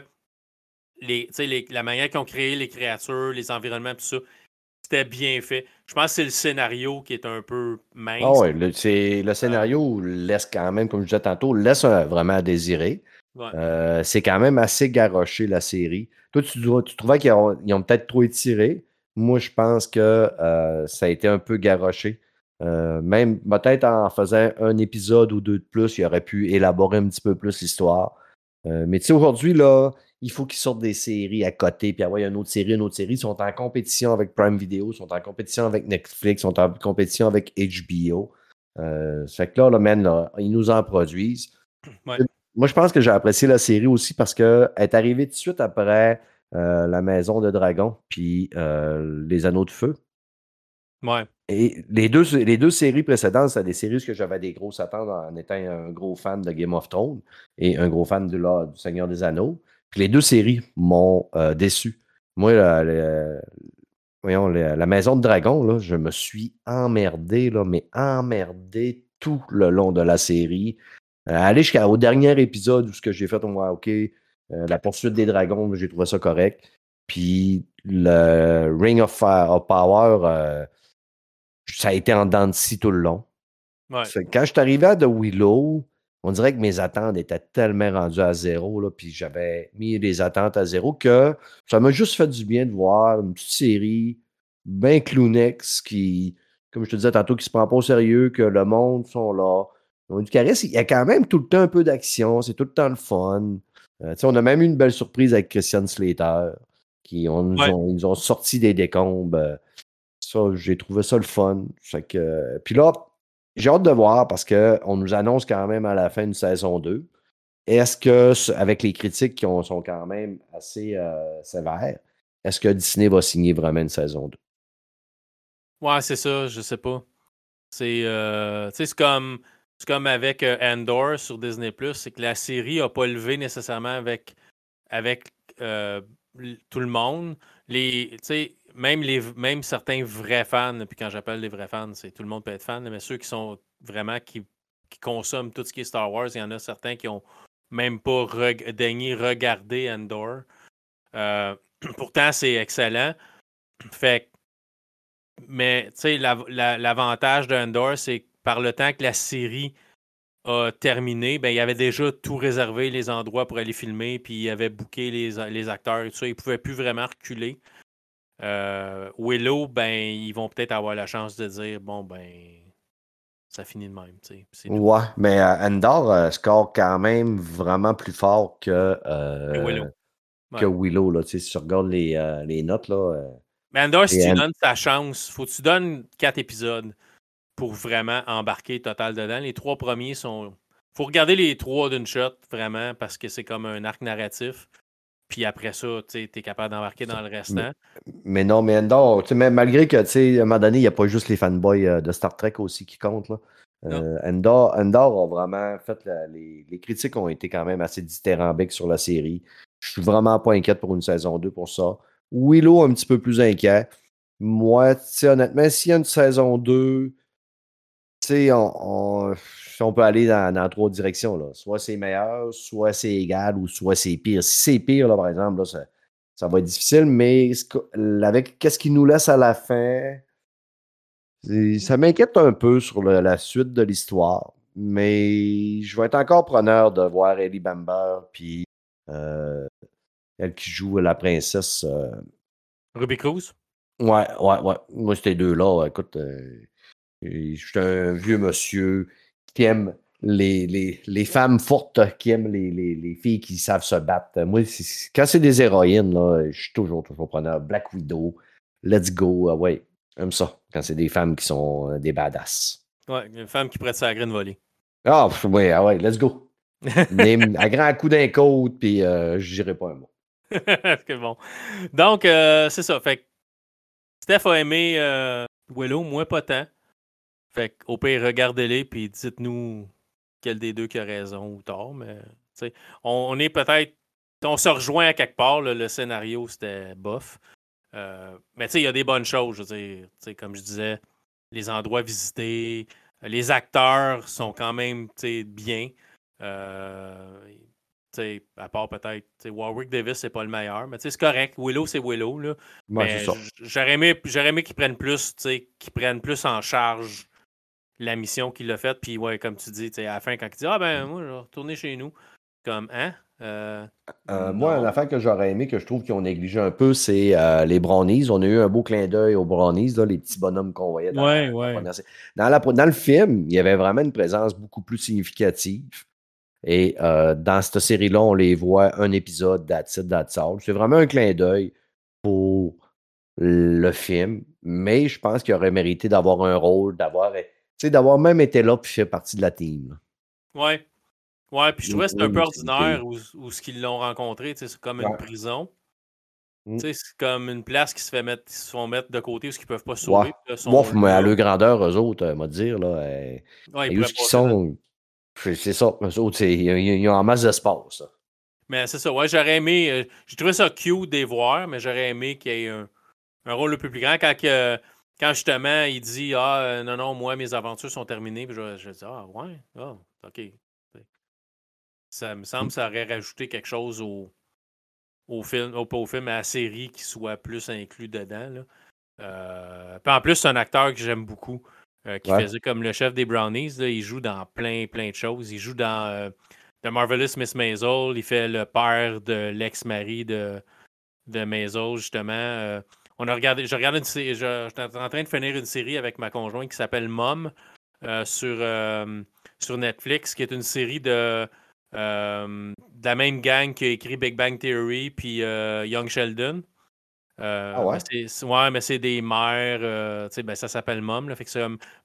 Speaker 1: la manière qu'ils ont créé les créatures, les environnements, tout ça, c'était bien fait. Je pense que c'est le scénario qui est un peu mince.
Speaker 2: Ah oui, le scénario laisse quand même, comme je disais tantôt, laisse vraiment à désirer.
Speaker 1: Ouais.
Speaker 2: C'est quand même assez garoché, la série. Toi, tu trouvais qu'ils ont peut-être trop étiré. Moi, je pense que ça a été un peu garoché. Même peut-être en faisant un épisode ou deux de plus, il aurait pu élaborer un petit peu plus l'histoire. Mais tu sais, aujourd'hui, là, il faut qu'ils sortent des séries à côté, puis avoir une autre série, une autre série. Ils sont en compétition avec Prime Video, ils sont en compétition avec Netflix, ils sont en compétition avec HBO. Ça fait que là, man, là, ils nous en produisent.
Speaker 1: Ouais.
Speaker 2: Moi, je pense que j'ai apprécié la série aussi parce qu'elle est arrivée tout de suite après La Maison de Dragon puis Les Anneaux de Feu.
Speaker 1: Ouais.
Speaker 2: Et les deux séries précédentes, c'était des séries que j'avais des grosses attentes en étant un gros fan de Game of Thrones et un gros fan du Seigneur des Anneaux. Puis les deux séries m'ont déçu. Moi, la Maison de Dragon, là, je me suis emmerdé, là, mais emmerdé tout le long de la série. Aller jusqu'au dernier épisode où ce que j'ai fait, OK, la poursuite des dragons, j'ai trouvé ça correct. Puis le Ring of Power, ça a été en dents de scie tout le long.
Speaker 1: Ouais.
Speaker 2: Quand je suis arrivé à The Willow, on dirait que mes attentes étaient tellement rendues à zéro, là, puis j'avais mis les attentes à zéro que ça m'a juste fait du bien de voir une petite série bien clownex qui, comme je te disais tantôt, qui se prend pas au sérieux, que le monde sont là. Ils ont du charisme. Il y a quand même tout le temps un peu d'action, c'est tout le temps le fun. On a même eu une belle surprise avec Christian Slater, qui ils nous ont sorti des décombres. Ça, j'ai trouvé ça le fun. Puis là, j'ai hâte de voir parce qu'on nous annonce quand même à la fin une saison 2. Est-ce que, avec les critiques qui sont quand même assez sévères, est-ce que Disney va signer vraiment une saison 2?
Speaker 1: Ouais, c'est ça, je sais pas. C'est comme avec Andor sur Disney+, c'est que la série n'a pas levé nécessairement avec tout le monde. Même certains vrais fans, puis quand j'appelle les vrais fans, c'est tout le monde peut être fan, mais ceux qui sont vraiment qui consomment tout ce qui est Star Wars, il y en a certains qui ont même pas daigné regarder Andor. Pourtant, c'est excellent. Fait mais tu sais, l'avantage d'Andor, c'est que par le temps que la série a terminé, ben, il avait déjà tout réservé, les endroits pour aller filmer, puis il avait booké les acteurs et tout ça. Ils ne pouvaient plus vraiment reculer. Willow, ben, ils vont peut-être avoir la chance de dire bon, ben, ça finit de même. C'est tout.
Speaker 2: Ouais, mais Endor score quand même vraiment plus fort que
Speaker 1: Willow.
Speaker 2: que
Speaker 1: Ouais.
Speaker 2: Willow. Là, si tu regardes les notes, là.
Speaker 1: Mais Andor, si
Speaker 2: et
Speaker 1: tu
Speaker 2: An-
Speaker 1: donnes ta chance, faut que tu donnes 4 épisodes pour vraiment embarquer total dedans. Les 3 premiers sont. Faut regarder les 3 d'une shot, vraiment, parce que c'est comme un arc narratif. Puis après ça, tu es capable d'embarquer dans le
Speaker 2: mais,
Speaker 1: restant.
Speaker 2: mais non, mais Endor, malgré que, à un moment donné, il n'y a pas juste les fanboys de Star Trek aussi qui comptent. Là.
Speaker 1: Non.
Speaker 2: Endor a vraiment fait. Les critiques ont été quand même assez dithyrambiques sur la série. Je suis vraiment pas inquiète pour une saison 2 pour ça. Willow, un petit peu plus inquiet. Moi, honnêtement, s'il y a une saison 2, on peut aller dans trois directions. Là. Soit c'est meilleur, soit c'est égal, ou soit c'est pire. Si c'est pire, là, par exemple, là, ça va être difficile, mais avec qu'est-ce qu'il nous laisse à la fin, Ça m'inquiète un peu sur la suite de l'histoire, mais je vais être encore preneur de voir Ellie Bamber, puis euh, elle qui joue la princesse.
Speaker 1: Ruby Cruz?
Speaker 2: Ouais, ouais, ouais. Moi, ces deux-là, écoute, je suis un vieux monsieur qui aime les femmes fortes, qui aiment les filles qui savent se battre. Moi, quand c'est des héroïnes, là, je suis toujours preneur. Black Widow, let's go. Ouais, j'aime ça. Quand c'est des femmes qui sont des badass.
Speaker 1: Ouais, une femme qui prête sa graine volée.
Speaker 2: Ah, ouais, ah ouais, let's go. À grand coup d'un côte, puis je dirais pas un mot.
Speaker 1: C'est bon. Donc, c'est ça. Fait que Steph a aimé Willow, moi pas tant. Fait qu'au pire, regardez-les, puis dites-nous quel des deux qui a raison ou tort. Mais, tu sais, on est peut-être. On se rejoint à quelque part. Là, le scénario, c'était bof. Mais tu sais, il y a des bonnes choses. Je veux dire, tu sais, comme je disais, les endroits visités, les acteurs sont quand même tu sais, bien. Tu sais, à part peut-être, tu sais, Warwick Davis, c'est pas le meilleur, mais tu sais, c'est correct. Willow, c'est Willow. Là.
Speaker 2: Ouais, c'est
Speaker 1: Mais
Speaker 2: ça.
Speaker 1: j'aurais aimé qu'ils prennent plus, tu sais, qu'ils prennent plus en charge la mission qu'il a faite. Puis, ouais, comme tu dis, tu sais, à la fin, quand il dit ah ben, moi, je vais retourner chez nous. Comme, hein?
Speaker 2: Moi, une
Speaker 1: Non.
Speaker 2: affaire que j'aurais aimé, que je trouve qu'ils ont négligé un peu, c'est les brownies. On a eu un beau clin d'œil aux brownies, là, les petits bonhommes qu'on voyait dans
Speaker 1: Ouais,
Speaker 2: la
Speaker 1: ouais.
Speaker 2: première série. Dans le film, il y avait vraiment une présence beaucoup plus significative. Et dans cette série-là, on les voit un épisode, that's it, that's all. C'est vraiment un clin d'œil pour le film, mais je pense qu'il aurait mérité d'avoir un rôle, d'avoir même été là puis fait partie de la team.
Speaker 1: Ouais. Ouais, puis je trouvais que c'était
Speaker 2: Une
Speaker 1: un peu
Speaker 2: utilité.
Speaker 1: ordinaire où ce qu'ils l'ont rencontré. Tu sais, c'est comme une
Speaker 2: Ouais.
Speaker 1: prison.
Speaker 2: Mm.
Speaker 1: Tu sais, c'est comme une place qui se font mettre de côté où ils ne peuvent pas se
Speaker 2: Ouais.
Speaker 1: sauver. Puis là, ils sont
Speaker 2: Bof, mais à
Speaker 1: là.
Speaker 2: leur grandeur, eux autres, m'a dire, là,
Speaker 1: Ouais, ils
Speaker 2: et où
Speaker 1: pourraient
Speaker 2: ce qu'ils
Speaker 1: passer là.
Speaker 2: sont, c'est ça, eux autres, ils ont en masse d'espace. Ça.
Speaker 1: Mais c'est ça, ouais, j'aurais aimé. J'ai trouvé ça cute de les voir, mais j'aurais aimé qu'il y ait un rôle un peu plus grand. Quand justement il dit ah, non, non, moi, mes aventures sont terminées. Puis je dis ah, ouais, ah, ok. Ça me semble
Speaker 2: Mm.
Speaker 1: que ça aurait rajouté quelque chose au film, pas au film, à la série qui soit plus inclus dedans. Là. Puis en plus, c'est un acteur que j'aime beaucoup, qui
Speaker 2: Ouais.
Speaker 1: faisait comme le chef des Brownies. Là, il joue dans plein de choses. Il joue dans The Marvelous Miss Maisel. Il fait le père de l'ex-mari de Maisel, justement. J'ai regardé j'étais en train de finir une série avec ma conjointe qui s'appelle Mom sur Netflix, qui est une série de la même gang qui a écrit Big Bang Theory puis Young Sheldon.
Speaker 2: Ah ouais?
Speaker 1: Mais c'est des mères, tu sais, ben, ça s'appelle Mom, là, fait que c'est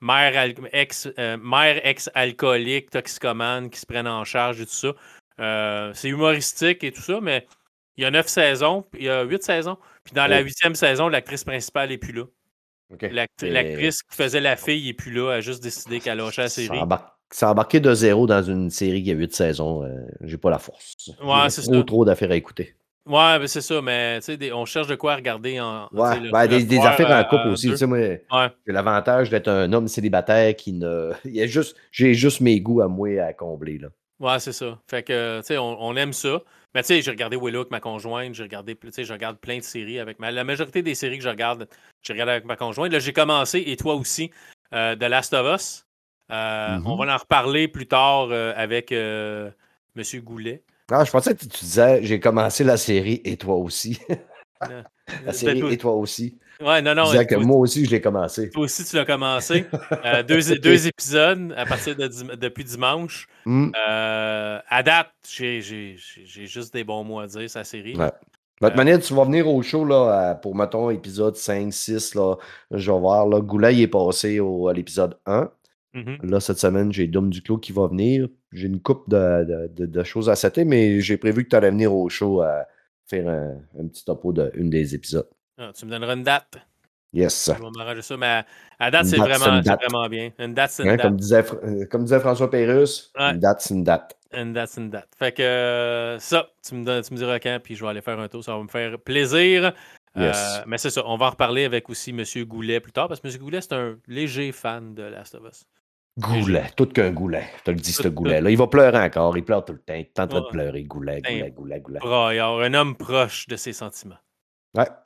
Speaker 1: mère ex-alcoolique, toxicomane qui se prennent en charge et tout ça. C'est humoristique et tout ça, mais il y a 9 saisons, il y a 8 saisons, puis dans la
Speaker 2: Oh,
Speaker 1: 8e saison, l'actrice principale n'est plus là.
Speaker 2: OK.
Speaker 1: L'actrice qui faisait la fille n'est plus là, elle a juste décidé qu'elle lâchait la série.
Speaker 2: Ça a embarqué de zéro dans une série qui a 8 saisons. J'ai pas la force.
Speaker 1: Ouais,
Speaker 2: J'aurais
Speaker 1: c'est ça.
Speaker 2: trop d'affaires à écouter.
Speaker 1: Ouais, ben c'est ça, mais tu sais, on cherche de quoi regarder tu
Speaker 2: Ouais,
Speaker 1: sais,
Speaker 2: ben,
Speaker 1: le
Speaker 2: des
Speaker 1: soir
Speaker 2: affaires en couple
Speaker 1: à
Speaker 2: aussi. Tu
Speaker 1: deux.
Speaker 2: sais, moi,
Speaker 1: Ouais.
Speaker 2: j'ai l'avantage d'être un homme célibataire qui ne. J'ai juste mes goûts à moi à combler. Là.
Speaker 1: Ouais, c'est ça. Fait que, tu sais, on aime ça. Mais tu sais, j'ai regardé Willow avec ma conjointe, tu sais, je regarde plein de séries avec la majorité des séries que je regarde avec ma conjointe. Là, j'ai commencé, et toi aussi, The Last of Us. On
Speaker 2: Mhm.
Speaker 1: va en reparler plus tard avec Monsieur Goulet.
Speaker 2: Ah, je pensais que tu disais, j'ai commencé la série et toi aussi.
Speaker 1: Euh,
Speaker 2: La
Speaker 1: ben,
Speaker 2: série et toi aussi.
Speaker 1: ouais, non,
Speaker 2: Je
Speaker 1: non,
Speaker 2: disais que moi aussi, je l'ai commencé.
Speaker 1: toi aussi, tu l'as commencé. Deux épisodes à partir depuis dimanche.
Speaker 2: Hmm.
Speaker 1: À date, j'ai juste des bons mots à dire, sa série. Là.
Speaker 2: Ouais. De toute manière, tu vas venir au show là, pour, mettons, épisode 5, 6. Là, je vais voir. Là, Goulet il est passé à l'épisode 1.
Speaker 1: Mhm.
Speaker 2: Là, cette semaine, j'ai Dom Duclos qui va venir. J'ai une couple de choses à setter, mais j'ai prévu que tu allais venir au show à faire un petit topo d'une des épisodes.
Speaker 1: Ah, tu me donneras une date.
Speaker 2: Yes.
Speaker 1: Je vais m'arranger ça, mais à date,
Speaker 2: Une
Speaker 1: c'est
Speaker 2: date, c'est une
Speaker 1: c'est
Speaker 2: date.
Speaker 1: vraiment bien. Une date, c'est une
Speaker 2: Hein,
Speaker 1: date.
Speaker 2: comme disait François Pérusse,
Speaker 1: Ouais,
Speaker 2: une date, c'est une date.
Speaker 1: une date, c'est une date. Fait que ça, tu me diras quand, puis je vais aller faire un tour. Ça va me faire plaisir.
Speaker 2: Yes.
Speaker 1: Mais c'est ça, on va en reparler avec aussi M. Goulet plus tard, parce que M. Goulet, c'est un léger fan de Last of Us. Léger.
Speaker 2: Goulet, tout qu'un goulet. Je te le dis, ce
Speaker 1: Tout,
Speaker 2: goulet-là. Il va pleurer encore. Il pleure tout le temps. Il est en train de
Speaker 1: ouais,
Speaker 2: pleurer. Goulet,
Speaker 1: un
Speaker 2: goulet, goulet, goulet.
Speaker 1: braillard, un homme proche de ses sentiments.
Speaker 2: Ouais.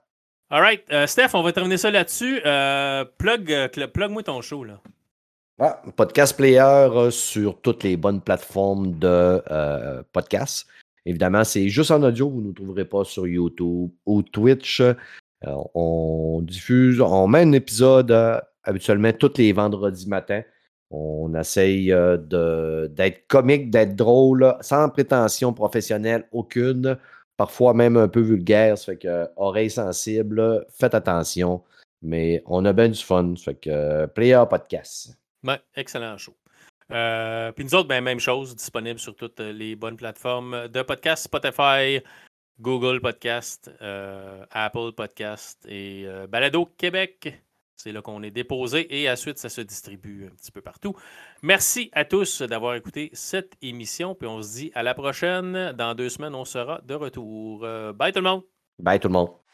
Speaker 1: All right. Steph, on va terminer ça là-dessus. Plug-moi ton show, là.
Speaker 2: Ah, podcast player sur toutes les bonnes plateformes de podcasts. Évidemment, c'est juste en audio. Vous ne nous trouverez pas sur YouTube ou Twitch. On met un épisode habituellement tous les vendredis matins. On essaye d'être comique, d'être drôle, sans prétention professionnelle aucune. Parfois même un peu vulgaire. Ça fait que oreilles sensibles, faites attention. Mais on a bien du fun. Ça fait que Player Podcast.
Speaker 1: Ouais, excellent show. Puis nous autres, ben, même chose, disponible sur toutes les bonnes plateformes de podcast, Spotify, Google Podcast, Apple Podcast et Balado Québec. C'est là qu'on est déposé et ensuite, ça se distribue un petit peu partout. Merci à tous d'avoir écouté cette émission. Puis on se dit à la prochaine. Dans 2 semaines, on sera de retour. Bye tout le monde!
Speaker 2: Bye tout le monde!